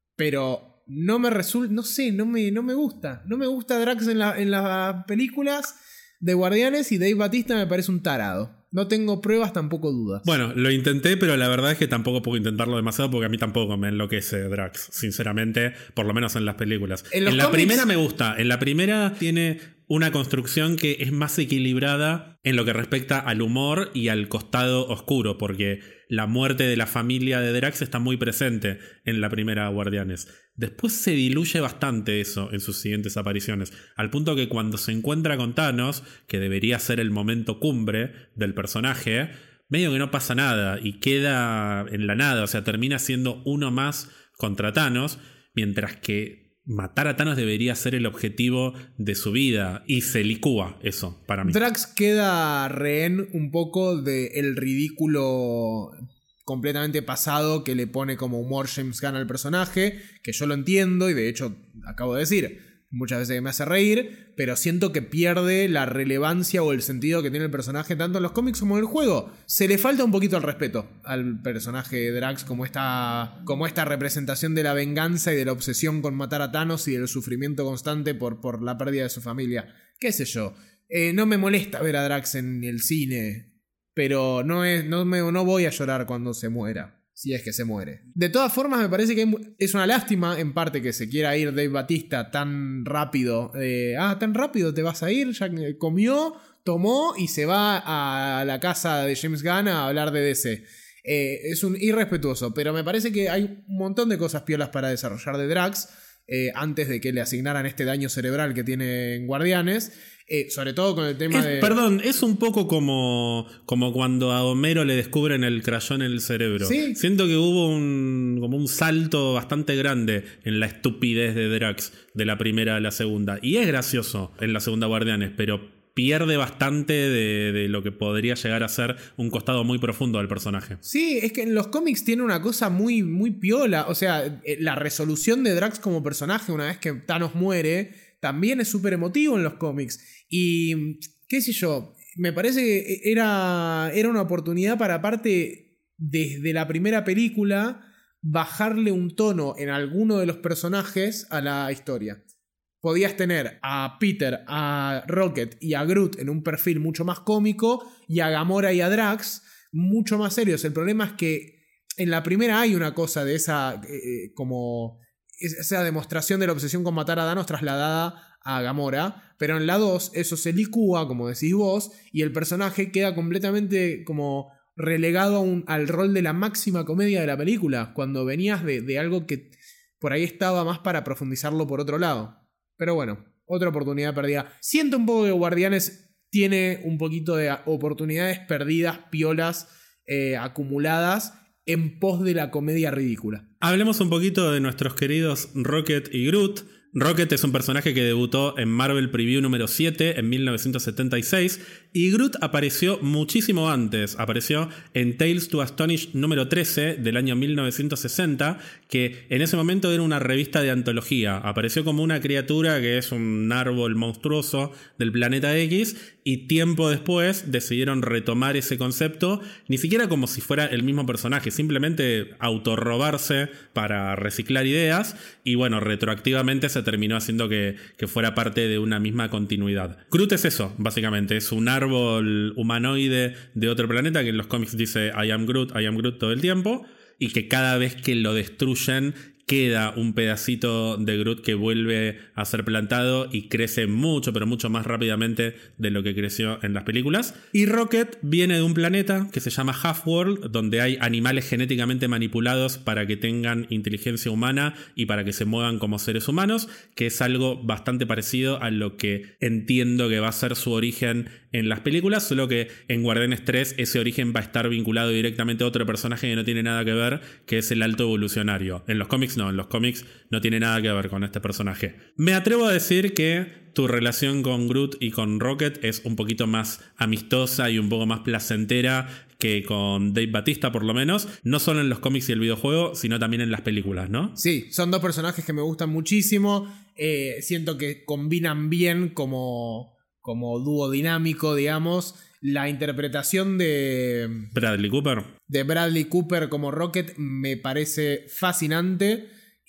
Pero no me resulta... No sé, no me gusta. No me gusta Drax en las películas de Guardianes y Dave Bautista me parece un tarado. No tengo pruebas, tampoco dudas. Bueno, lo intenté, pero la verdad es que tampoco puedo intentarlo demasiado porque a mí tampoco me enloquece Drax, sinceramente, por lo menos en las películas. En la primera me gusta, en la primera tiene una construcción que es más equilibrada en lo que respecta al humor y al costado oscuro, porque la muerte de la familia de Drax está muy presente en la primera Guardianes. Después se diluye bastante eso en sus siguientes apariciones, al punto que cuando se encuentra con Thanos, que debería ser el momento cumbre del personaje, medio que no pasa nada y queda en la nada, o sea, termina siendo uno más contra Thanos, mientras que matar a Thanos debería ser el objetivo de su vida y se licúa eso para mí. Drax queda rehén un poco del ridículo completamente pasado que le pone como humor James Gunn al personaje, que yo lo entiendo y de hecho acabo de decir muchas veces que me hace reír, pero siento que pierde la relevancia o el sentido que tiene el personaje tanto en los cómics como en el juego. Se le falta un poquito el respeto al personaje de Drax como esta representación de la venganza y de la obsesión con matar a Thanos y del sufrimiento constante por la pérdida de su familia. Qué sé yo. No me molesta ver a Drax en el cine, pero no voy a llorar cuando se muera. Si es que se muere. De todas formas, me parece que es una lástima, en parte, que se quiera ir Dave Bautista tan rápido. Tan rápido te vas a ir, ya comió, tomó y se va a la casa de James Gunn a hablar de DC. Es un irrespetuoso, pero me parece que hay un montón de cosas piolas para desarrollar de Drax antes de que le asignaran este daño cerebral que tiene en Guardianes. Sobre todo con el tema de... Perdón, es un poco como cuando a Homero le descubren el crayón en el cerebro. ¿Sí? Siento que hubo un como un salto bastante grande en la estupidez de Drax de la primera a la segunda. Y es gracioso en la segunda Guardianes, pero pierde bastante de lo que podría llegar a ser un costado muy profundo del personaje. Sí, es que en los cómics tiene una cosa muy, muy piola. O sea, la resolución de Drax como personaje una vez que Thanos muere también es súper emotivo en los cómics. Y qué sé yo, me parece que era una oportunidad para, aparte, desde la primera película, bajarle un tono en alguno de los personajes a la historia. Podías tener a Peter, a Rocket y a Groot en un perfil mucho más cómico y a Gamora y a Drax mucho más serios. El problema es que en la primera hay una cosa de esa como esa demostración de la obsesión con matar a Thanos trasladada a Gamora, pero en la 2 eso se licúa, como decís vos, y el personaje queda completamente como relegado al rol de la máxima comedia de la película, cuando venías de algo que por ahí estaba más para profundizarlo por otro lado. Pero bueno, otra oportunidad perdida. Siento un poco que Guardianes tiene un poquito de oportunidades perdidas, piolas, acumuladas en pos de la comedia ridícula. Hablemos un poquito de nuestros queridos Rocket y Groot. Rocket es un personaje que debutó en Marvel Preview número 7 en 1976 y Groot apareció muchísimo antes. Apareció en Tales to Astonish número 13 del año 1960, que en ese momento era una revista de antología. Apareció como una criatura que es un árbol monstruoso del planeta X y tiempo después decidieron retomar ese concepto, ni siquiera como si fuera el mismo personaje, simplemente autorrobarse para reciclar ideas y bueno, retroactivamente se terminó haciendo que fuera parte de una misma continuidad. Groot es eso, básicamente, es un árbol humanoide de otro planeta que en los cómics dice I am Groot todo el tiempo y que cada vez que lo destruyen queda un pedacito de Groot que vuelve a ser plantado y crece mucho, pero mucho más rápidamente de lo que creció en las películas. Y Rocket viene de un planeta que se llama Half-World, donde hay animales genéticamente manipulados para que tengan inteligencia humana y para que se muevan como seres humanos, que es algo bastante parecido a lo que entiendo que va a ser su origen en las películas, solo que en Guardianes 3 ese origen va a estar vinculado directamente a otro personaje que no tiene nada que ver, que es el Alto Evolucionario. En los cómics no, en los cómics no tiene nada que ver con este personaje. Me atrevo a decir que tu relación con Groot y con Rocket es un poquito más amistosa y un poco más placentera que con Dave Bautista, por lo menos, no solo en los cómics y el videojuego, sino también en las películas, ¿no? Sí, son dos personajes que me gustan muchísimo. Siento que combinan bien como dúo dinámico, digamos. La interpretación de Bradley Cooper como Rocket me parece fascinante.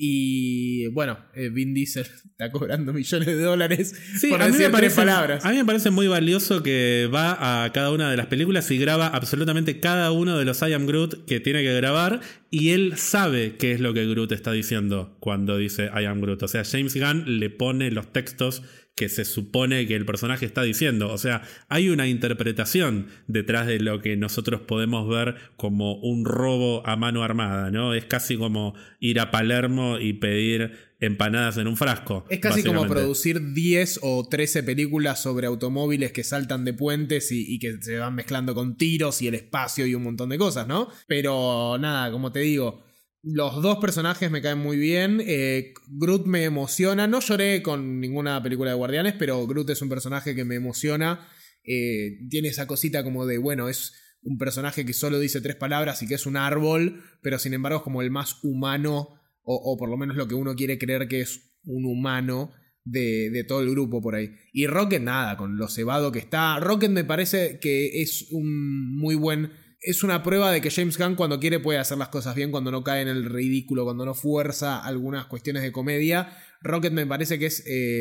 Y bueno, Vin Diesel está cobrando millones de dólares por decir tres palabras. A mí me parece muy valioso que va a cada una de las películas y graba absolutamente cada uno de los I Am Groot que tiene que grabar. Y él sabe qué es lo que Groot está diciendo cuando dice I Am Groot. O sea, James Gunn le pone los textos que se supone que el personaje está diciendo. O sea, hay una interpretación detrás de lo que nosotros podemos ver como un robo a mano armada, ¿no? Es casi como ir a Palermo y pedir empanadas en un frasco. Es casi como producir 10 o 13 películas sobre automóviles que saltan de puentes y que se van mezclando con tiros y el espacio y un montón de cosas, ¿no? Pero nada, como te digo, los dos personajes me caen muy bien. Groot me emociona. No lloré con ninguna película de Guardianes, pero Groot es un personaje que me emociona. Tiene esa cosita como de, bueno, es un personaje que solo dice 3 palabras y que es un árbol, pero sin embargo es como el más humano, o por lo menos lo que uno quiere creer que es un humano de todo el grupo por ahí. Y Rocket, nada, con lo cebado que está. Rocket me parece que es un muy buen... Es una prueba de que James Gunn cuando quiere puede hacer las cosas bien, cuando no cae en el ridículo, cuando no fuerza algunas cuestiones de comedia. Rocket me parece que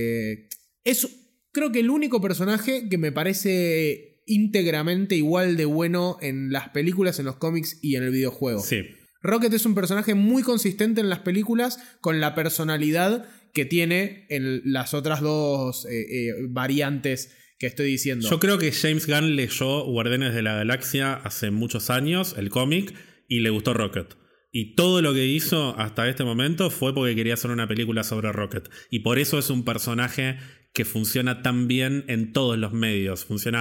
es creo que el único personaje que me parece íntegramente igual de bueno en las películas, en los cómics y en el videojuego. Sí. Rocket es un personaje muy consistente en las películas con la personalidad que tiene en las otras dos variantes que estoy diciendo. Yo creo que James Gunn leyó Guardianes de la Galaxia hace muchos años, el cómic, y le gustó Rocket. Y todo lo que hizo hasta este momento fue porque quería hacer una película sobre Rocket. Y por eso es un personaje que funciona tan bien en todos los medios. Funciona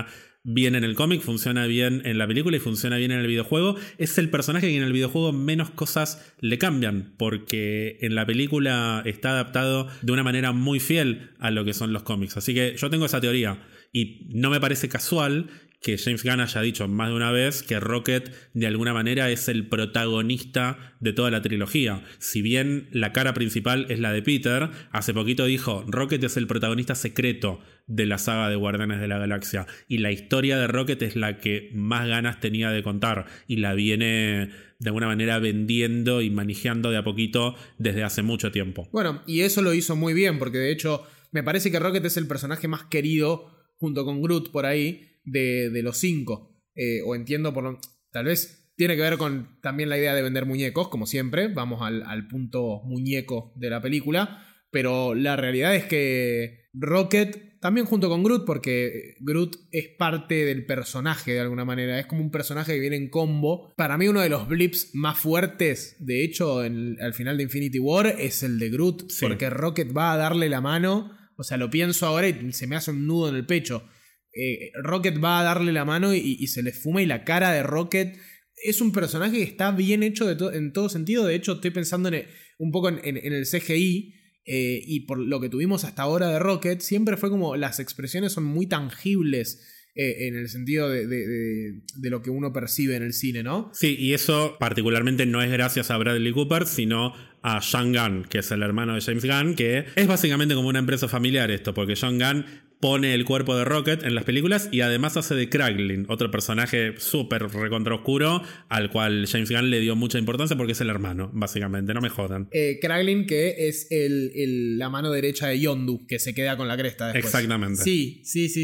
bien en el cómic, funciona bien en la película y funciona bien en el videojuego. Es el personaje que en el videojuego menos cosas le cambian, porque en la película está adaptado de una manera muy fiel a lo que son los cómics. Así que yo tengo esa teoría y no me parece casual que James Gunn haya dicho más de una vez que Rocket de alguna manera es el protagonista de toda la trilogía. Si bien la cara principal es la de Peter, hace poquito dijo Rocket es el protagonista secreto de la saga de Guardianes de la Galaxia y la historia de Rocket es la que más ganas tenía de contar y la viene de alguna manera vendiendo y manejando de a poquito desde hace mucho tiempo. Bueno, y eso lo hizo muy bien porque de hecho me parece que Rocket es el personaje más querido junto con Groot por ahí de los 5. O entiendo tal vez tiene que ver con también la idea de vender muñecos, como siempre. Vamos al punto muñeco de la película. Pero la realidad es que Rocket, también junto con Groot, porque Groot es parte del personaje de alguna manera. Es como un personaje que viene en combo. Para mí uno de los blips más fuertes, de hecho, al final de Infinity War, es el de Groot. Sí. Porque Rocket va a darle la mano. O sea, lo pienso ahora y se me hace un nudo en el pecho. Rocket va a darle la mano y se le fuma, y la cara de Rocket es un personaje que está bien hecho en todo sentido. De hecho, estoy pensando un poco en el CGI, y por lo que tuvimos hasta ahora de Rocket, siempre fue como las expresiones son muy tangibles en el sentido de lo que uno percibe en el cine, ¿no? Sí, y eso particularmente no es gracias a Bradley Cooper, sino a Sean Gunn, que es el hermano de James Gunn, que es básicamente como una empresa familiar esto, porque Sean Gunn pone el cuerpo de Rocket en las películas y además hace de Kraglin, otro personaje súper recontra oscuro al cual James Gunn le dio mucha importancia porque es el hermano, básicamente, no me jodan. Kraglin, que es la mano derecha de Yondu, que se queda con la cresta después. Exactamente. Sí.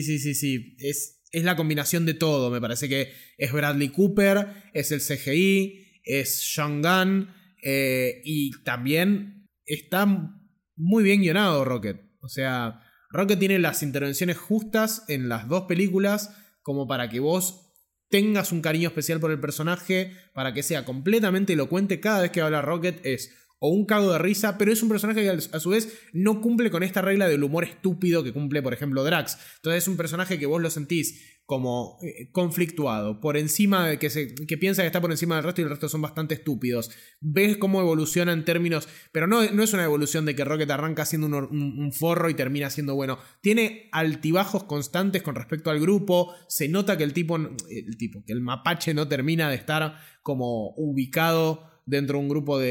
Es la combinación de todo, me parece que es Bradley Cooper, es el CGI, es Sean Gunn, y también está muy bien guionado Rocket. O sea, Rocket tiene las intervenciones justas en las dos películas como para que vos tengas un cariño especial por el personaje, para que sea completamente elocuente. Cada vez que habla Rocket es o un cago de risa, pero es un personaje que a su vez no cumple con esta regla del humor estúpido que cumple, por ejemplo, Drax. Entonces es un personaje que vos lo sentís como conflictuado, por encima de que piensa que está por encima del resto y el resto son bastante estúpidos. Ves cómo evoluciona en términos, pero no es una evolución de que Rocket arranca siendo un forro y termina siendo bueno. Tiene altibajos constantes con respecto al grupo. Se nota que que el mapache no termina de estar como ubicado dentro de un grupo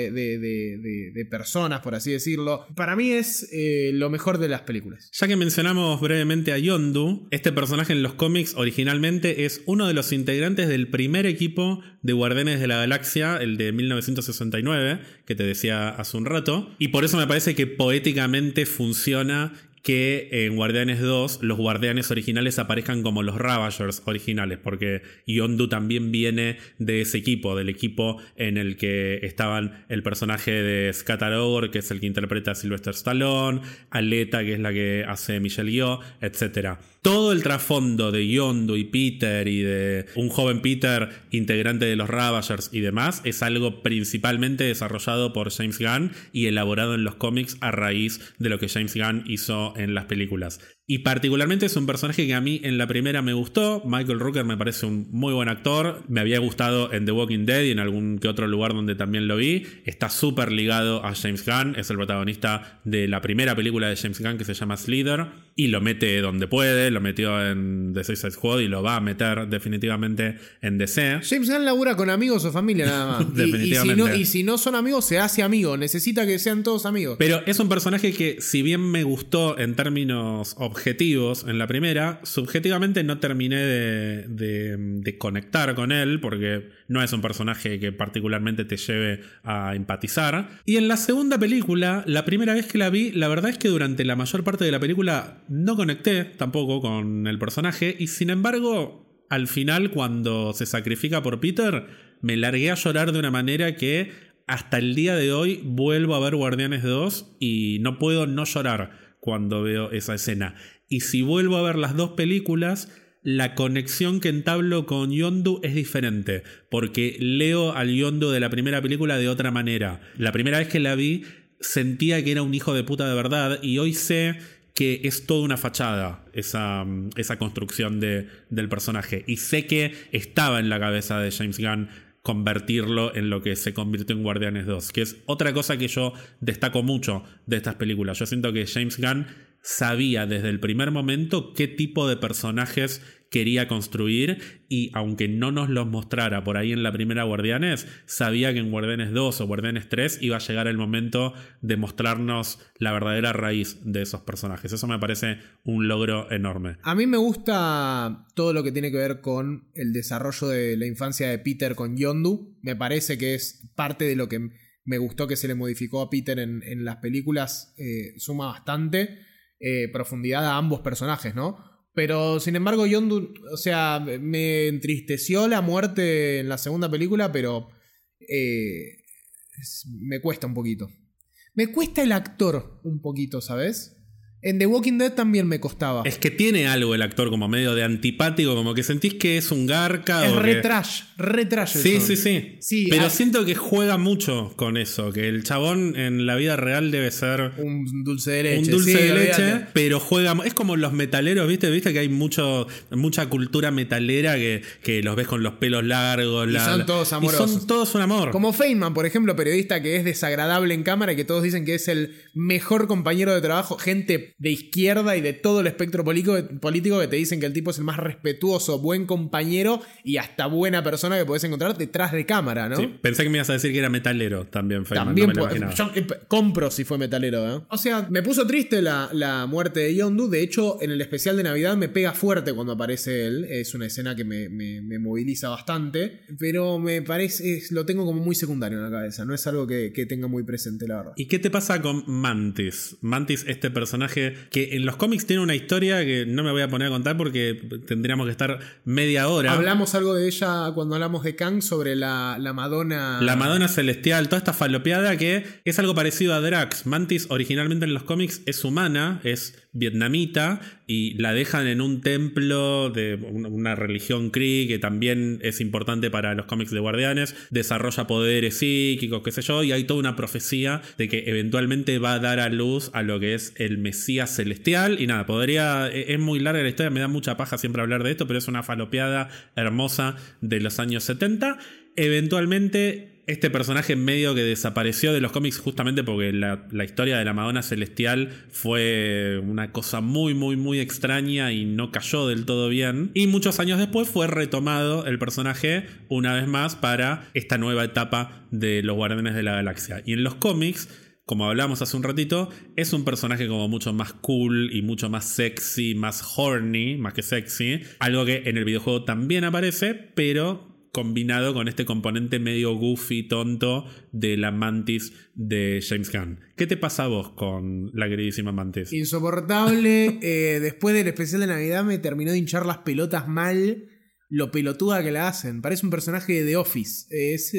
de personas, por así decirlo. Para mí es lo mejor de las películas. Ya que mencionamos brevemente a Yondu, este personaje en los cómics originalmente es uno de los integrantes del primer equipo de Guardianes de la Galaxia, el de 1969, que te decía hace un rato, y por eso me parece que poéticamente funciona que en Guardianes 2 los guardianes originales aparezcan como los Ravagers originales, porque Yondu también viene de ese equipo, del equipo en el que estaban el personaje de Skatar, que es el que interpreta a Sylvester Stallone, Aleta, que es la que hace Michelle Yeoh, etc. Todo el trasfondo de Yondu y Peter y de un joven Peter integrante de los Ravagers y demás es algo principalmente desarrollado por James Gunn y elaborado en los cómics a raíz de lo que James Gunn hizo en las películas. Y particularmente es un personaje que a mí en la primera me gustó. Michael Rooker me parece un muy buen actor. Me había gustado en The Walking Dead y en algún que otro lugar donde también lo vi. Está súper ligado a James Gunn. Es el protagonista de la primera película de James Gunn que se llama Slither. Y lo mete donde puede. Lo metió en The Suicide Squad y lo va a meter definitivamente en DC. James Gunn labura con amigos o familia nada más. Definitivamente. Y si no son amigos, se hace amigo. Necesita que sean todos amigos. Pero es un personaje que, si bien me gustó en términos objetivos en la primera, subjetivamente no terminé de conectar con él porque no es un personaje que particularmente te lleve a empatizar. Y en la segunda película, la primera vez que la vi, la verdad es que durante la mayor parte de la película no conecté tampoco con el personaje, y sin embargo al final, cuando se sacrifica por Peter, me largué a llorar de una manera que hasta el día de hoy vuelvo a ver Guardianes 2 y no puedo no llorar cuando veo esa escena. Y si vuelvo a ver las dos películas, la conexión que entablo con Yondu es diferente, porque leo al Yondu de la primera película de otra manera. La primera vez que la vi sentía que era un hijo de puta de verdad, y hoy sé que es toda una fachada esa construcción del personaje. Y sé que estaba en la cabeza de James Gunn convertirlo en lo que se convirtió en Guardianes 2, que es otra cosa que yo destaco mucho de estas películas. Yo siento que James Gunn sabía desde el primer momento qué tipo de personajes quería construir, y aunque no nos los mostrara por ahí en la primera Guardianes, sabía que en Guardianes 2 o Guardianes 3 iba a llegar el momento de mostrarnos la verdadera raíz de esos personajes. Eso me parece un logro enorme. A mí me gusta todo lo que tiene que ver con el desarrollo de la infancia de Peter con Yondu. Me parece que es parte de lo que me gustó que se le modificó a Peter en las películas. Suma bastante profundidad a ambos personajes, ¿no? Pero sin embargo Yondu, o sea, me entristeció la muerte en la segunda película, pero me cuesta un poquito. Me cuesta el actor un poquito, ¿sabes? En The Walking Dead también me costaba. Es que tiene algo el actor como medio de antipático, como que sentís que es un garca. Es o re que... trash. Sí. Pero siento que juega mucho con eso, que el chabón en la vida real debe ser un dulce de leche. Un dulce de leche, pero juega... Es como los metaleros, ¿viste que hay mucha cultura metalera que los ves con los pelos largos. Y son todos amorosos. Y son todos un amor. Como Feynman, por ejemplo, periodista que es desagradable en cámara y que todos dicen que es el mejor compañero de trabajo. Gente de izquierda y de todo el espectro político que te dicen que el tipo es el más respetuoso, buen compañero y hasta buena persona que podés encontrar detrás de cámara, ¿no? Sí, pensé que me ibas a decir que era metalero también, Feynman. También no me lo yo compro si fue metalero, ¿eh? O sea, me puso triste la muerte de Yondu. De hecho, en el especial de Navidad me pega fuerte cuando aparece él. Es una escena que me moviliza bastante, pero me parece, lo tengo como muy secundario en la cabeza. No es algo que tenga muy presente, la verdad. ¿Y qué te pasa con Mantis? Mantis, este personaje que en los cómics tiene una historia que no me voy a poner a contar porque tendríamos que estar media hora. Hablamos algo de ella cuando hablamos de Kang sobre la Madonna. La Madonna celestial, toda esta falopeada que es algo parecido a Drax. Mantis originalmente en los cómics es humana, es vietnamita y la dejan en un templo de una religión Kree que también es importante para los cómics de Guardianes. Desarrolla poderes psíquicos, qué sé yo, y hay toda una profecía de que eventualmente va a dar a luz a lo que es el Mesías celestial. Y nada, es muy larga la historia, me da mucha paja siempre hablar de esto, pero es una falopeada hermosa de los años 70. Eventualmente este personaje medio que desapareció de los cómics justamente porque la historia de la Madonna celestial fue una cosa muy muy muy extraña y no cayó del todo bien, y muchos años después fue retomado el personaje una vez más para esta nueva etapa de los Guardianes de la Galaxia. Y en los cómics, como hablamos hace un ratito, es un personaje como mucho más cool y mucho más sexy, más horny, más que sexy. Algo que en el videojuego también aparece, pero combinado con este componente medio goofy, tonto de la Mantis de James Gunn. ¿Qué te pasa a vos con la queridísima Mantis? Insoportable. Después del especial de Navidad me terminó de hinchar las pelotas mal. Lo pelotuda que la hacen. Parece un personaje de The Office. Es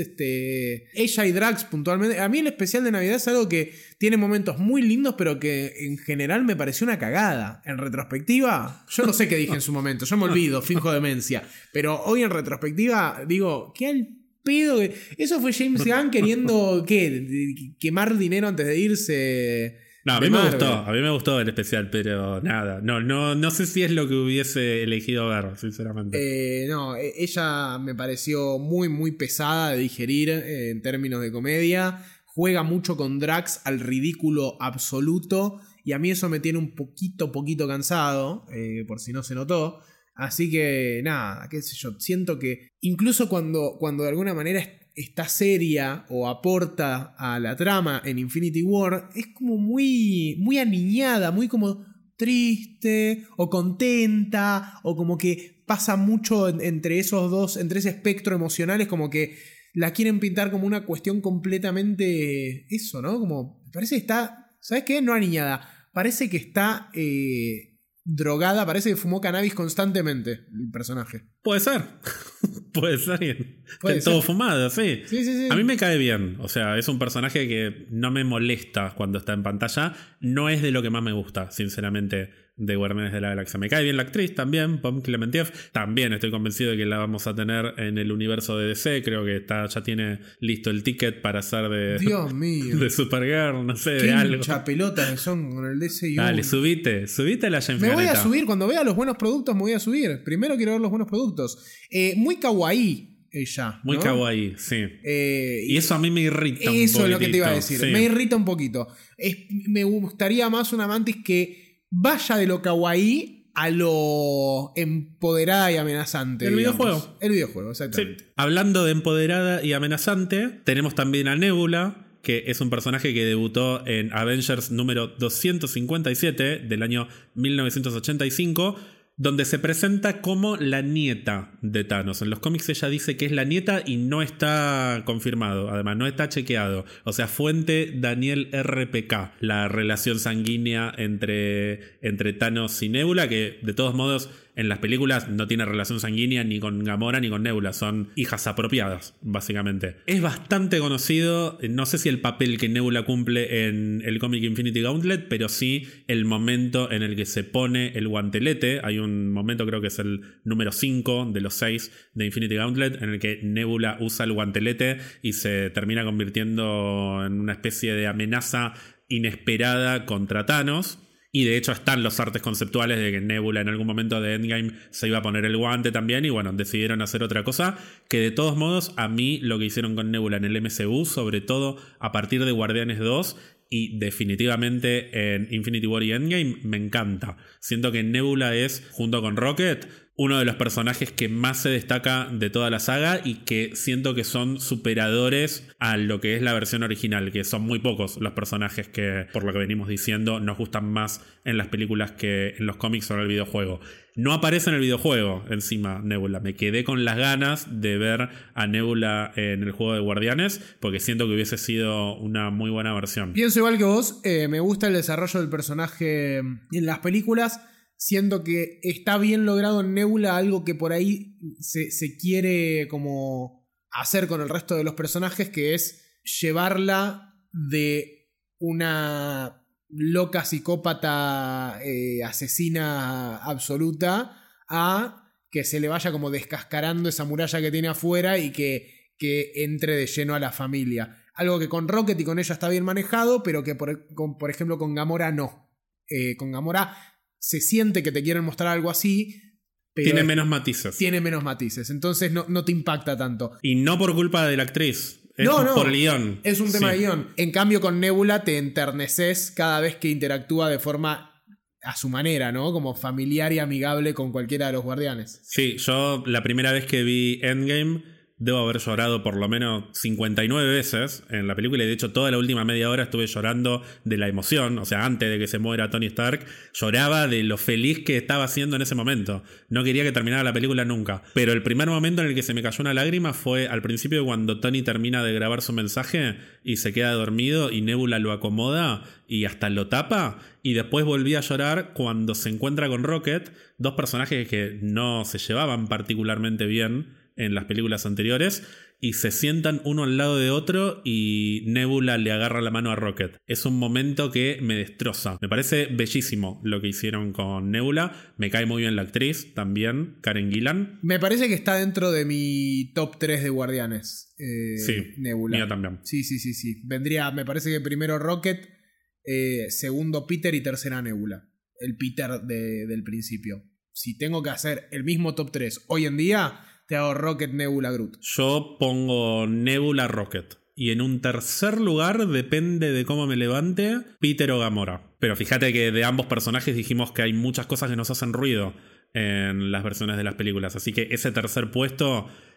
ella y Drax puntualmente. A mí el especial de Navidad es algo que tiene momentos muy lindos, pero que en general me pareció una cagada. En retrospectiva, yo no sé qué dije en su momento. Yo me olvido, finjo demencia. Pero hoy en retrospectiva digo, ¿qué al pedo? Eso fue James Gunn queriendo, ¿qué? Quemar dinero antes de irse. No, a mí me gustó el especial, pero nada, no sé si es lo que hubiese elegido ver, sinceramente. No, ella me pareció muy muy pesada de digerir en términos de comedia. Juega mucho con Drax al ridículo absoluto y a mí eso me tiene un poquito cansado, por si no se notó. Así que nada, qué sé yo, siento que incluso cuando de alguna manera está seria o aporta a la trama en Infinity War, es como muy, muy aniñada, muy como triste o contenta, o como que pasa mucho entre esos dos, entre ese espectro emocional, es como que la quieren pintar como una cuestión completamente eso, ¿no? Como, parece que está, ¿sabes qué? No aniñada, parece que está drogada, parece que fumó cannabis constantemente el personaje. Puede ser. Puede ser. Puede Todo ser. fumado, sí. Sí. A mí me cae bien. O sea, es un personaje que no me molesta cuando está en pantalla. No es de lo que más me gusta, sinceramente, de Guardianes de la Galaxia. Me cae bien la actriz también, Pom Klementieff. También estoy convencido de que la vamos a tener en el universo de DC. Creo que ya tiene listo el ticket para hacer Dios mío. de Supergirl, no sé, Qué de algo. hinchapelotas que son con el DCU. Dale, subite a la Jennifer. Me voy a subir, cuando vea los buenos productos me voy a subir. Primero quiero ver los buenos productos. Muy kawaii ella. Muy ¿no? kawaii, sí. Y eso a mí me irrita un poquito. Eso es lo que te iba a decir. Sí. Me irrita un poquito. Me gustaría más una mantis que vaya de lo kawaii a lo empoderada y amenazante. El digamos. videojuego. El videojuego, exactamente. Sí. Hablando de empoderada y amenazante, tenemos también a Nebula, que es un personaje que debutó en Avengers número 257 del año 1985, donde se presenta como la nieta de Thanos. En los cómics ella dice que es la nieta y no está confirmado, además no está chequeado. O sea, fuente Daniel RPK, la relación sanguínea entre Thanos y Nebula, que de todos modos en las películas no tiene relación sanguínea ni con Gamora ni con Nebula, son hijas apropiadas, básicamente. Es bastante conocido, no sé si el papel que Nebula cumple en el cómic Infinity Gauntlet, pero sí el momento en el que se pone el guantelete. Hay un momento, creo que es el número 5 de los 6 de Infinity Gauntlet, en el que Nebula usa el guantelete y se termina convirtiendo en una especie de amenaza inesperada contra Thanos. Y de hecho están los artes conceptuales de que Nebula en algún momento de Endgame se iba a poner el guante también. Y bueno, decidieron hacer otra cosa. Que de todos modos, a mí lo que hicieron con Nebula en el MCU, sobre todo a partir de Guardianes 2 y definitivamente en Infinity War y Endgame, me encanta. Siento que Nebula es, junto con Rocket, uno de los personajes que más se destaca de toda la saga y que siento que son superadores a lo que es la versión original, que son muy pocos los personajes que, por lo que venimos diciendo, nos gustan más en las películas que en los cómics o en el videojuego. No aparece en el videojuego encima Nebula. Me quedé con las ganas de ver a Nebula en el juego de Guardianes porque siento que hubiese sido una muy buena versión. Pienso igual que vos, me gusta el desarrollo del personaje en las películas. Siento que está bien logrado en Nebula, algo que por ahí se quiere como hacer con el resto de los personajes, que es llevarla de una loca psicópata asesina absoluta a que se le vaya como descascarando esa muralla que tiene afuera y que entre de lleno a la familia. Algo que con Rocket y con ella está bien manejado, pero que por ejemplo con Gamora no. Con Gamora se siente que te quieren mostrar algo así, pero tiene menos matices. Tiene menos matices, entonces no te impacta tanto. Y no por culpa de la actriz. Es No, por el guión. Es un tema de guión. En cambio, con Nebula te enterneces cada vez que interactúa de forma a su manera, ¿no? Como familiar y amigable con cualquiera de los guardianes. Sí, yo la primera vez que vi Endgame debo haber llorado por lo menos 59 veces en la película y de hecho toda la última media hora estuve llorando de la emoción, o sea, antes de que se muera Tony Stark, lloraba de lo feliz que estaba siendo en ese momento. No quería que terminara la película nunca, pero el primer momento en el que se me cayó una lágrima fue al principio cuando Tony termina de grabar su mensaje y se queda dormido y Nebula lo acomoda y hasta lo tapa, y después volví a llorar cuando se encuentra con Rocket, dos personajes que no se llevaban particularmente bien en las películas anteriores, y se sientan uno al lado de otro y Nebula le agarra la mano a Rocket. Es un momento que me destroza. Me parece bellísimo lo que hicieron con Nebula. Me cae muy bien la actriz también, Karen Gillan. Me parece que está dentro de mi top 3 de guardianes. Sí, Nebula. mía también. Sí. Vendría, me parece que primero Rocket, segundo Peter y tercera Nebula. El Peter del principio. Si tengo que hacer el mismo top 3 hoy en día, te hago Rocket, Nebula, Groot. Yo pongo Nebula, Rocket. Y en un tercer lugar, depende de cómo me levante, Peter o Gamora. Pero fíjate que de ambos personajes dijimos que hay muchas cosas que nos hacen ruido en las versiones de las películas. Así que ese tercer puesto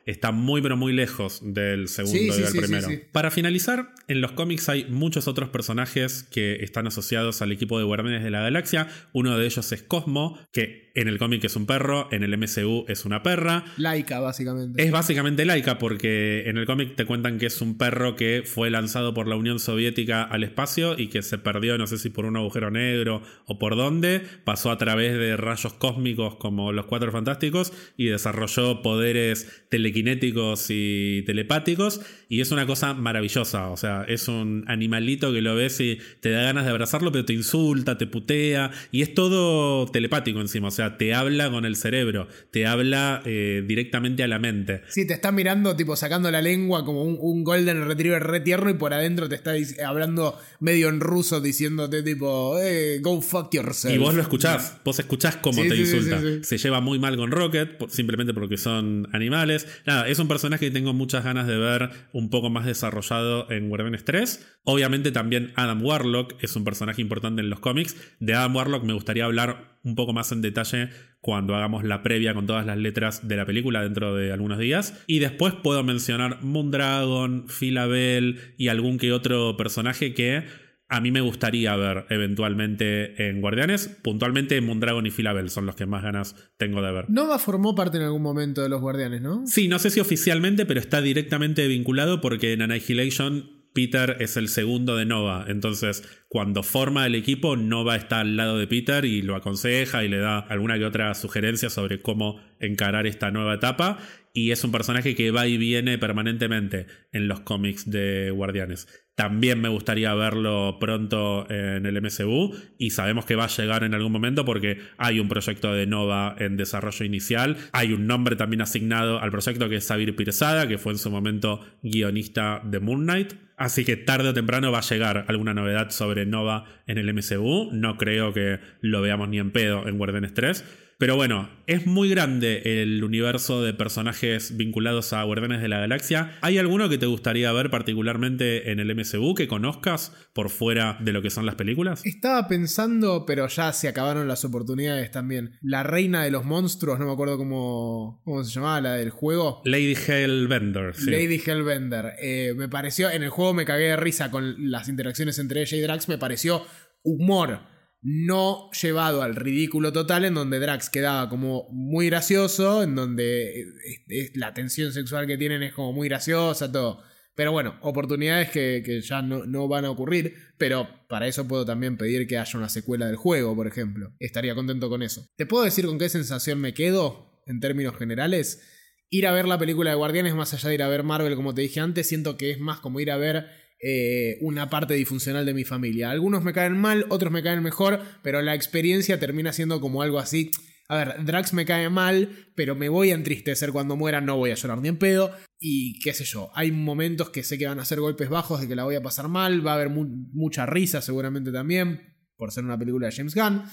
está muy pero muy lejos del segundo y del primero. Sí. Para finalizar, en los cómics hay muchos otros personajes que están asociados al equipo de Guardianes de la Galaxia. Uno de ellos es Cosmo, que en el cómic es un perro, en el MCU es una perra. Laika, básicamente. Es básicamente Laika porque en el cómic te cuentan que es un perro que fue lanzado por la Unión Soviética al espacio y que se perdió, no sé si por un agujero negro o por dónde, pasó a través de rayos cósmicos como los Cuatro Fantásticos y desarrolló poderes telequinéticos y telepáticos, y es una cosa maravillosa. O sea, es un animalito que lo ves y te da ganas de abrazarlo, pero te insulta, te putea, y es todo telepático encima. O sea, te habla con el cerebro, te habla directamente a la mente. Sí, te está mirando tipo sacando la lengua como un Golden Retriever re tierno, y por adentro te está hablando medio en ruso diciéndote tipo go fuck yourself. Y vos lo escuchás, vos escuchás cómo te insulta. Sí. Se lleva muy mal con Rocket, simplemente porque son animales. Nada, es un personaje que tengo muchas ganas de ver un poco más desarrollado en Guardianes 3. Obviamente también Adam Warlock es un personaje importante en los cómics. De Adam Warlock me gustaría hablar un poco más en detalle cuando hagamos la previa con todas las letras de la película dentro de algunos días. Y después puedo mencionar Moondragon, Phyla-Vell y algún que otro personaje que a mí me gustaría ver eventualmente en Guardianes. Puntualmente Moondragon y Phyla-Vell son los que más ganas tengo de ver. Nova formó parte en algún momento de los Guardianes, ¿no? Sí, no sé si oficialmente, pero está directamente vinculado porque en Annihilation Peter es el segundo de Nova. Entonces, cuando forma el equipo, Nova está al lado de Peter y lo aconseja y le da alguna que otra sugerencia sobre cómo encarar esta nueva etapa. Y es un personaje que va y viene permanentemente en los cómics de Guardianes. También me gustaría verlo pronto en el MCU, y sabemos que va a llegar en algún momento porque hay un proyecto de Nova en desarrollo inicial. Hay un nombre también asignado al proyecto, que es Sabir Pirzada, que fue en su momento guionista de Moon Knight. Así que tarde o temprano va a llegar alguna novedad sobre Nova en el MCU. No creo que lo veamos ni en pedo en Guardianes 3. Pero bueno, es muy grande el universo de personajes vinculados a Guardianes de la Galaxia. ¿Hay alguno que te gustaría ver particularmente en el MCU que conozcas por fuera de lo que son las películas? Estaba pensando, pero ya se acabaron las oportunidades también. La reina de los monstruos, no me acuerdo cómo se llamaba, la del juego. Lady Hellbender, sí. Lady Hellbender. Me pareció, en el juego me cagué de risa con las interacciones entre ella y Drax. Me pareció humor no llevado al ridículo total, en donde Drax quedaba como muy gracioso, en donde la tensión sexual que tienen es como muy graciosa, todo. Pero bueno, oportunidades que ya no van a ocurrir, pero para eso puedo también pedir que haya una secuela del juego, por ejemplo. Estaría contento con eso. ¿Te puedo decir con qué sensación me quedo en términos generales? Ir a ver la película de Guardianes, más allá de ir a ver Marvel, como te dije antes, siento que es más como ir a ver una parte disfuncional de mi familia. Algunos me caen mal, otros me caen mejor, pero la experiencia termina siendo como algo así. A ver, Drax me cae mal, pero me voy a entristecer cuando muera, no voy a llorar ni en pedo. Y qué sé yo, hay momentos que sé que van a ser golpes bajos, de que la voy a pasar mal, va a haber mucha risa seguramente también, por ser una película de James Gunn.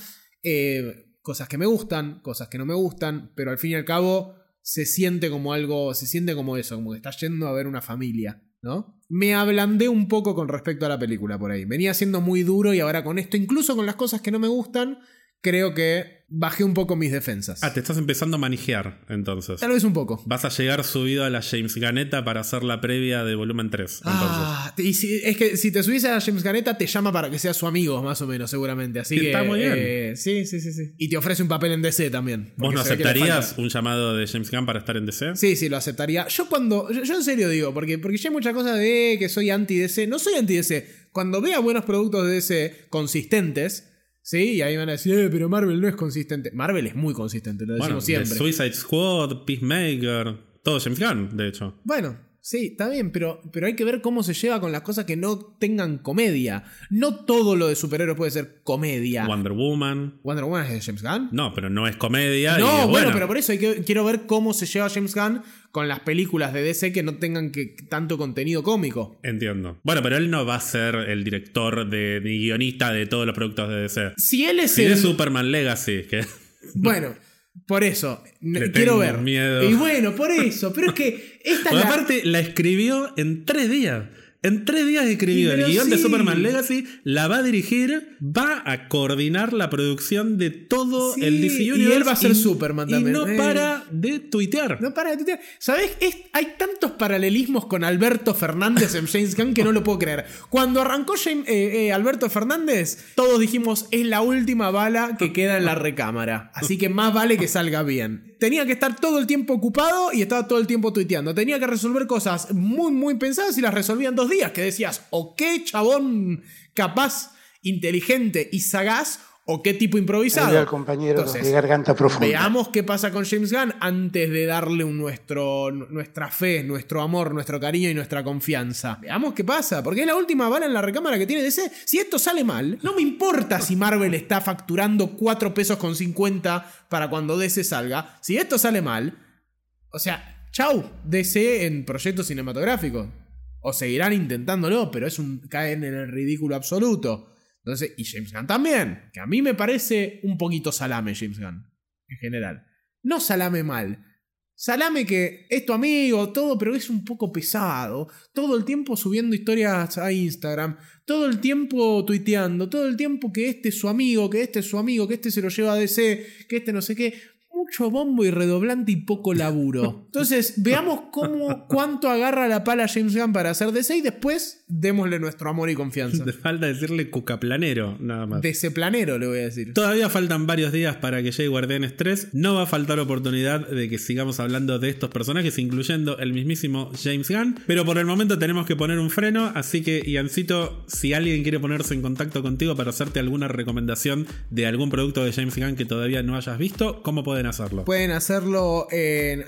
Cosas que me gustan, cosas que no me gustan, pero al fin y al cabo se siente como algo, se siente como eso, como que estás yendo a ver una familia, ¿no? Me ablandé un poco con respecto a la película por ahí. Venía siendo muy duro y ahora con esto, incluso con las cosas que no me gustan, creo que bajé un poco mis defensas. Ah, te estás empezando a manejar, entonces. Tal vez un poco. Vas a llegar subido a la James Gunneta para hacer la previa de volumen 3. Y es que si te subís a la James Gunneta, te llama para que seas su amigo, más o menos, seguramente. Así que está muy bien. Sí. Y te ofrece un papel en DC también. ¿Vos no aceptarías un llamado de James Gunn para estar en DC? Sí, lo aceptaría. Yo en serio digo, porque ya hay muchas cosas de que soy anti-DC. No soy anti-DC. Cuando vea buenos productos de DC consistentes, sí, y ahí van a decir, pero Marvel no es consistente. Marvel es muy consistente, lo decimos siempre. Suicide Squad, Peacemaker, todo James Gunn, de hecho. Bueno, sí, está bien, pero hay que ver cómo se lleva con las cosas que no tengan comedia. No todo lo de superhéroes puede ser comedia. Wonder Woman. ¿Wonder Woman es de James Gunn? No, pero no es comedia. No, bueno, pero por eso quiero ver cómo se lleva James Gunn con las películas de DC que no tengan tanto contenido cómico. Entiendo. Bueno, pero él no va a ser el director de guionista de todos los productos de DC. Si él es de Superman Legacy, que... Bueno, por eso, quiero ver. Miedo. Y bueno, por eso, pero es que esta aparte la escribió en 3 días. En 3 días escribió el guión de sí. Superman Legacy, la va a dirigir, va a coordinar la producción de todo el DC Universe. Y él va a ser Superman también. Y no para de tuitear. No para de tuitear. ¿Sabes? Hay tantos paralelismos con Alberto Fernández en James Gunn que no lo puedo creer. Cuando arrancó Alberto Fernández, todos dijimos, es la última bala que queda en la recámara. Así que más vale que salga bien. Tenía que estar todo el tiempo ocupado y estaba todo el tiempo tuiteando. Tenía que resolver cosas muy, muy pensadas y las resolvía en 2 días. Que decías, o qué chabón capaz, inteligente y sagaz, o qué tipo improvisado. Compañero. Entonces, de garganta profunda. Veamos qué pasa con James Gunn antes de darle nuestra fe, nuestro amor, nuestro cariño y nuestra confianza. Veamos qué pasa, porque es la última bala en la recámara que tiene DC. Si esto sale mal, no me importa si Marvel está facturando 4 pesos con 50 para cuando DC salga. Si esto sale mal, o sea, chau, DC en proyectos cinematográficos. O seguirán intentándolo, pero caen en el ridículo absoluto. Entonces, y James Gunn también, que a mí me parece un poquito salame James Gunn, en general. No salame mal. Salame que es tu amigo, todo, pero es un poco pesado. Todo el tiempo subiendo historias a Instagram, todo el tiempo tuiteando, todo el tiempo que este es su amigo, que este es su amigo, que este se lo lleva a DC, que este no sé qué. Mucho bombo y redoblante y poco laburo. Entonces, veamos cuánto agarra la pala James Gunn para hacer DC y después démosle nuestro amor y confianza. Te falta decirle cucaplanero, nada más. DC planero, le voy a decir. Todavía faltan varios días para que llegue Guardianes 3. No va a faltar oportunidad de que sigamos hablando de estos personajes, incluyendo el mismísimo James Gunn. Pero por el momento tenemos que poner un freno. Así que, Iancito, si alguien quiere ponerse en contacto contigo para hacerte alguna recomendación de algún producto de James Gunn que todavía no hayas visto, ¿cómo pueden hacerlo? Pueden hacerlo en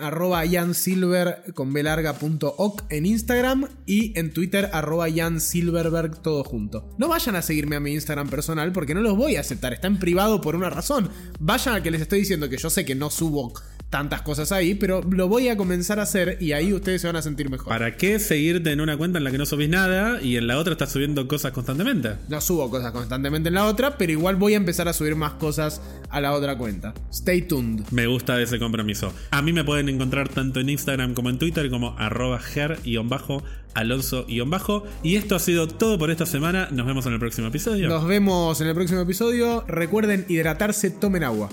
@jansilver.oc en Instagram y en Twitter @jansilverberg todo junto. No vayan a seguirme a mi Instagram personal porque no los voy a aceptar, está en privado por una razón. Vayan al que les estoy diciendo, que yo sé que no subo tantas cosas ahí, pero lo voy a comenzar a hacer y ahí ustedes se van a sentir mejor. ¿Para qué seguirte en una cuenta en la que no subís nada y en la otra estás subiendo cosas constantemente? No subo cosas constantemente en la otra, pero igual voy a empezar a subir más cosas a la otra cuenta. Stay tuned. Me gusta ese compromiso. A mí me pueden encontrar tanto en Instagram como en Twitter como @ger_alonso_. Y esto ha sido todo por esta semana. Nos vemos en el próximo episodio. Nos vemos en el próximo episodio. Recuerden hidratarse, tomen agua.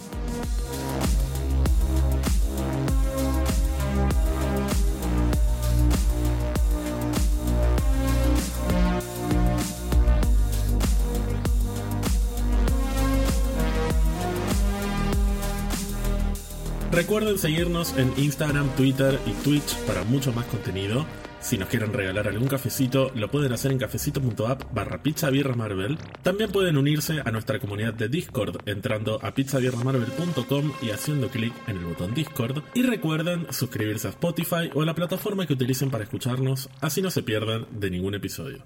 Recuerden seguirnos en Instagram, Twitter y Twitch para mucho más contenido. Si nos quieren regalar algún cafecito, lo pueden hacer en cafecito.app/pizzabirramarvel. También pueden unirse a nuestra comunidad de Discord entrando a pizzabirramarvel.com y haciendo clic en el botón Discord. Y recuerden suscribirse a Spotify o a la plataforma que utilicen para escucharnos, así no se pierdan de ningún episodio.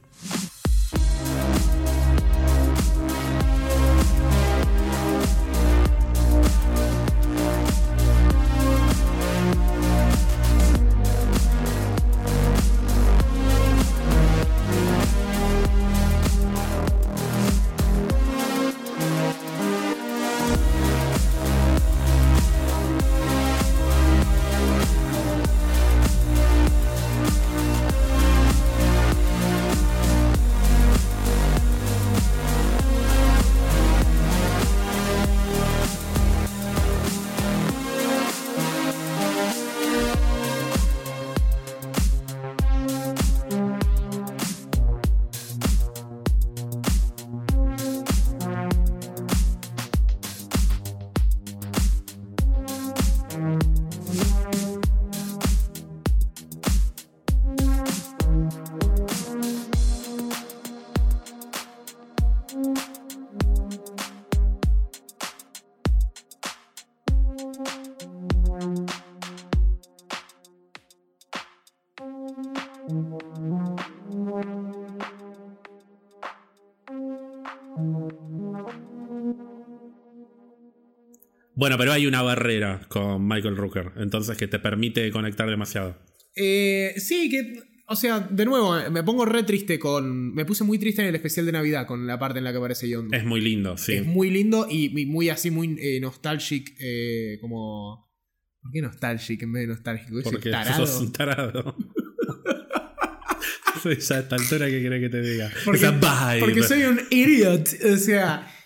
Bueno, pero hay una barrera con Michael Rooker, entonces que te permite conectar demasiado. Sí, que... O sea, de nuevo, me pongo re triste me puse muy triste en el especial de Navidad con la parte en la que aparece Yondu. Es muy lindo, sí. Es muy lindo y muy así, muy nostalgic, como... ¿Por qué nostalgic en vez de nostálgico? Porque sos un tarado. Sí, ya a esta altura, ¿qué querés que te diga? Porque, esa vibe. Porque soy un idiot. O sea,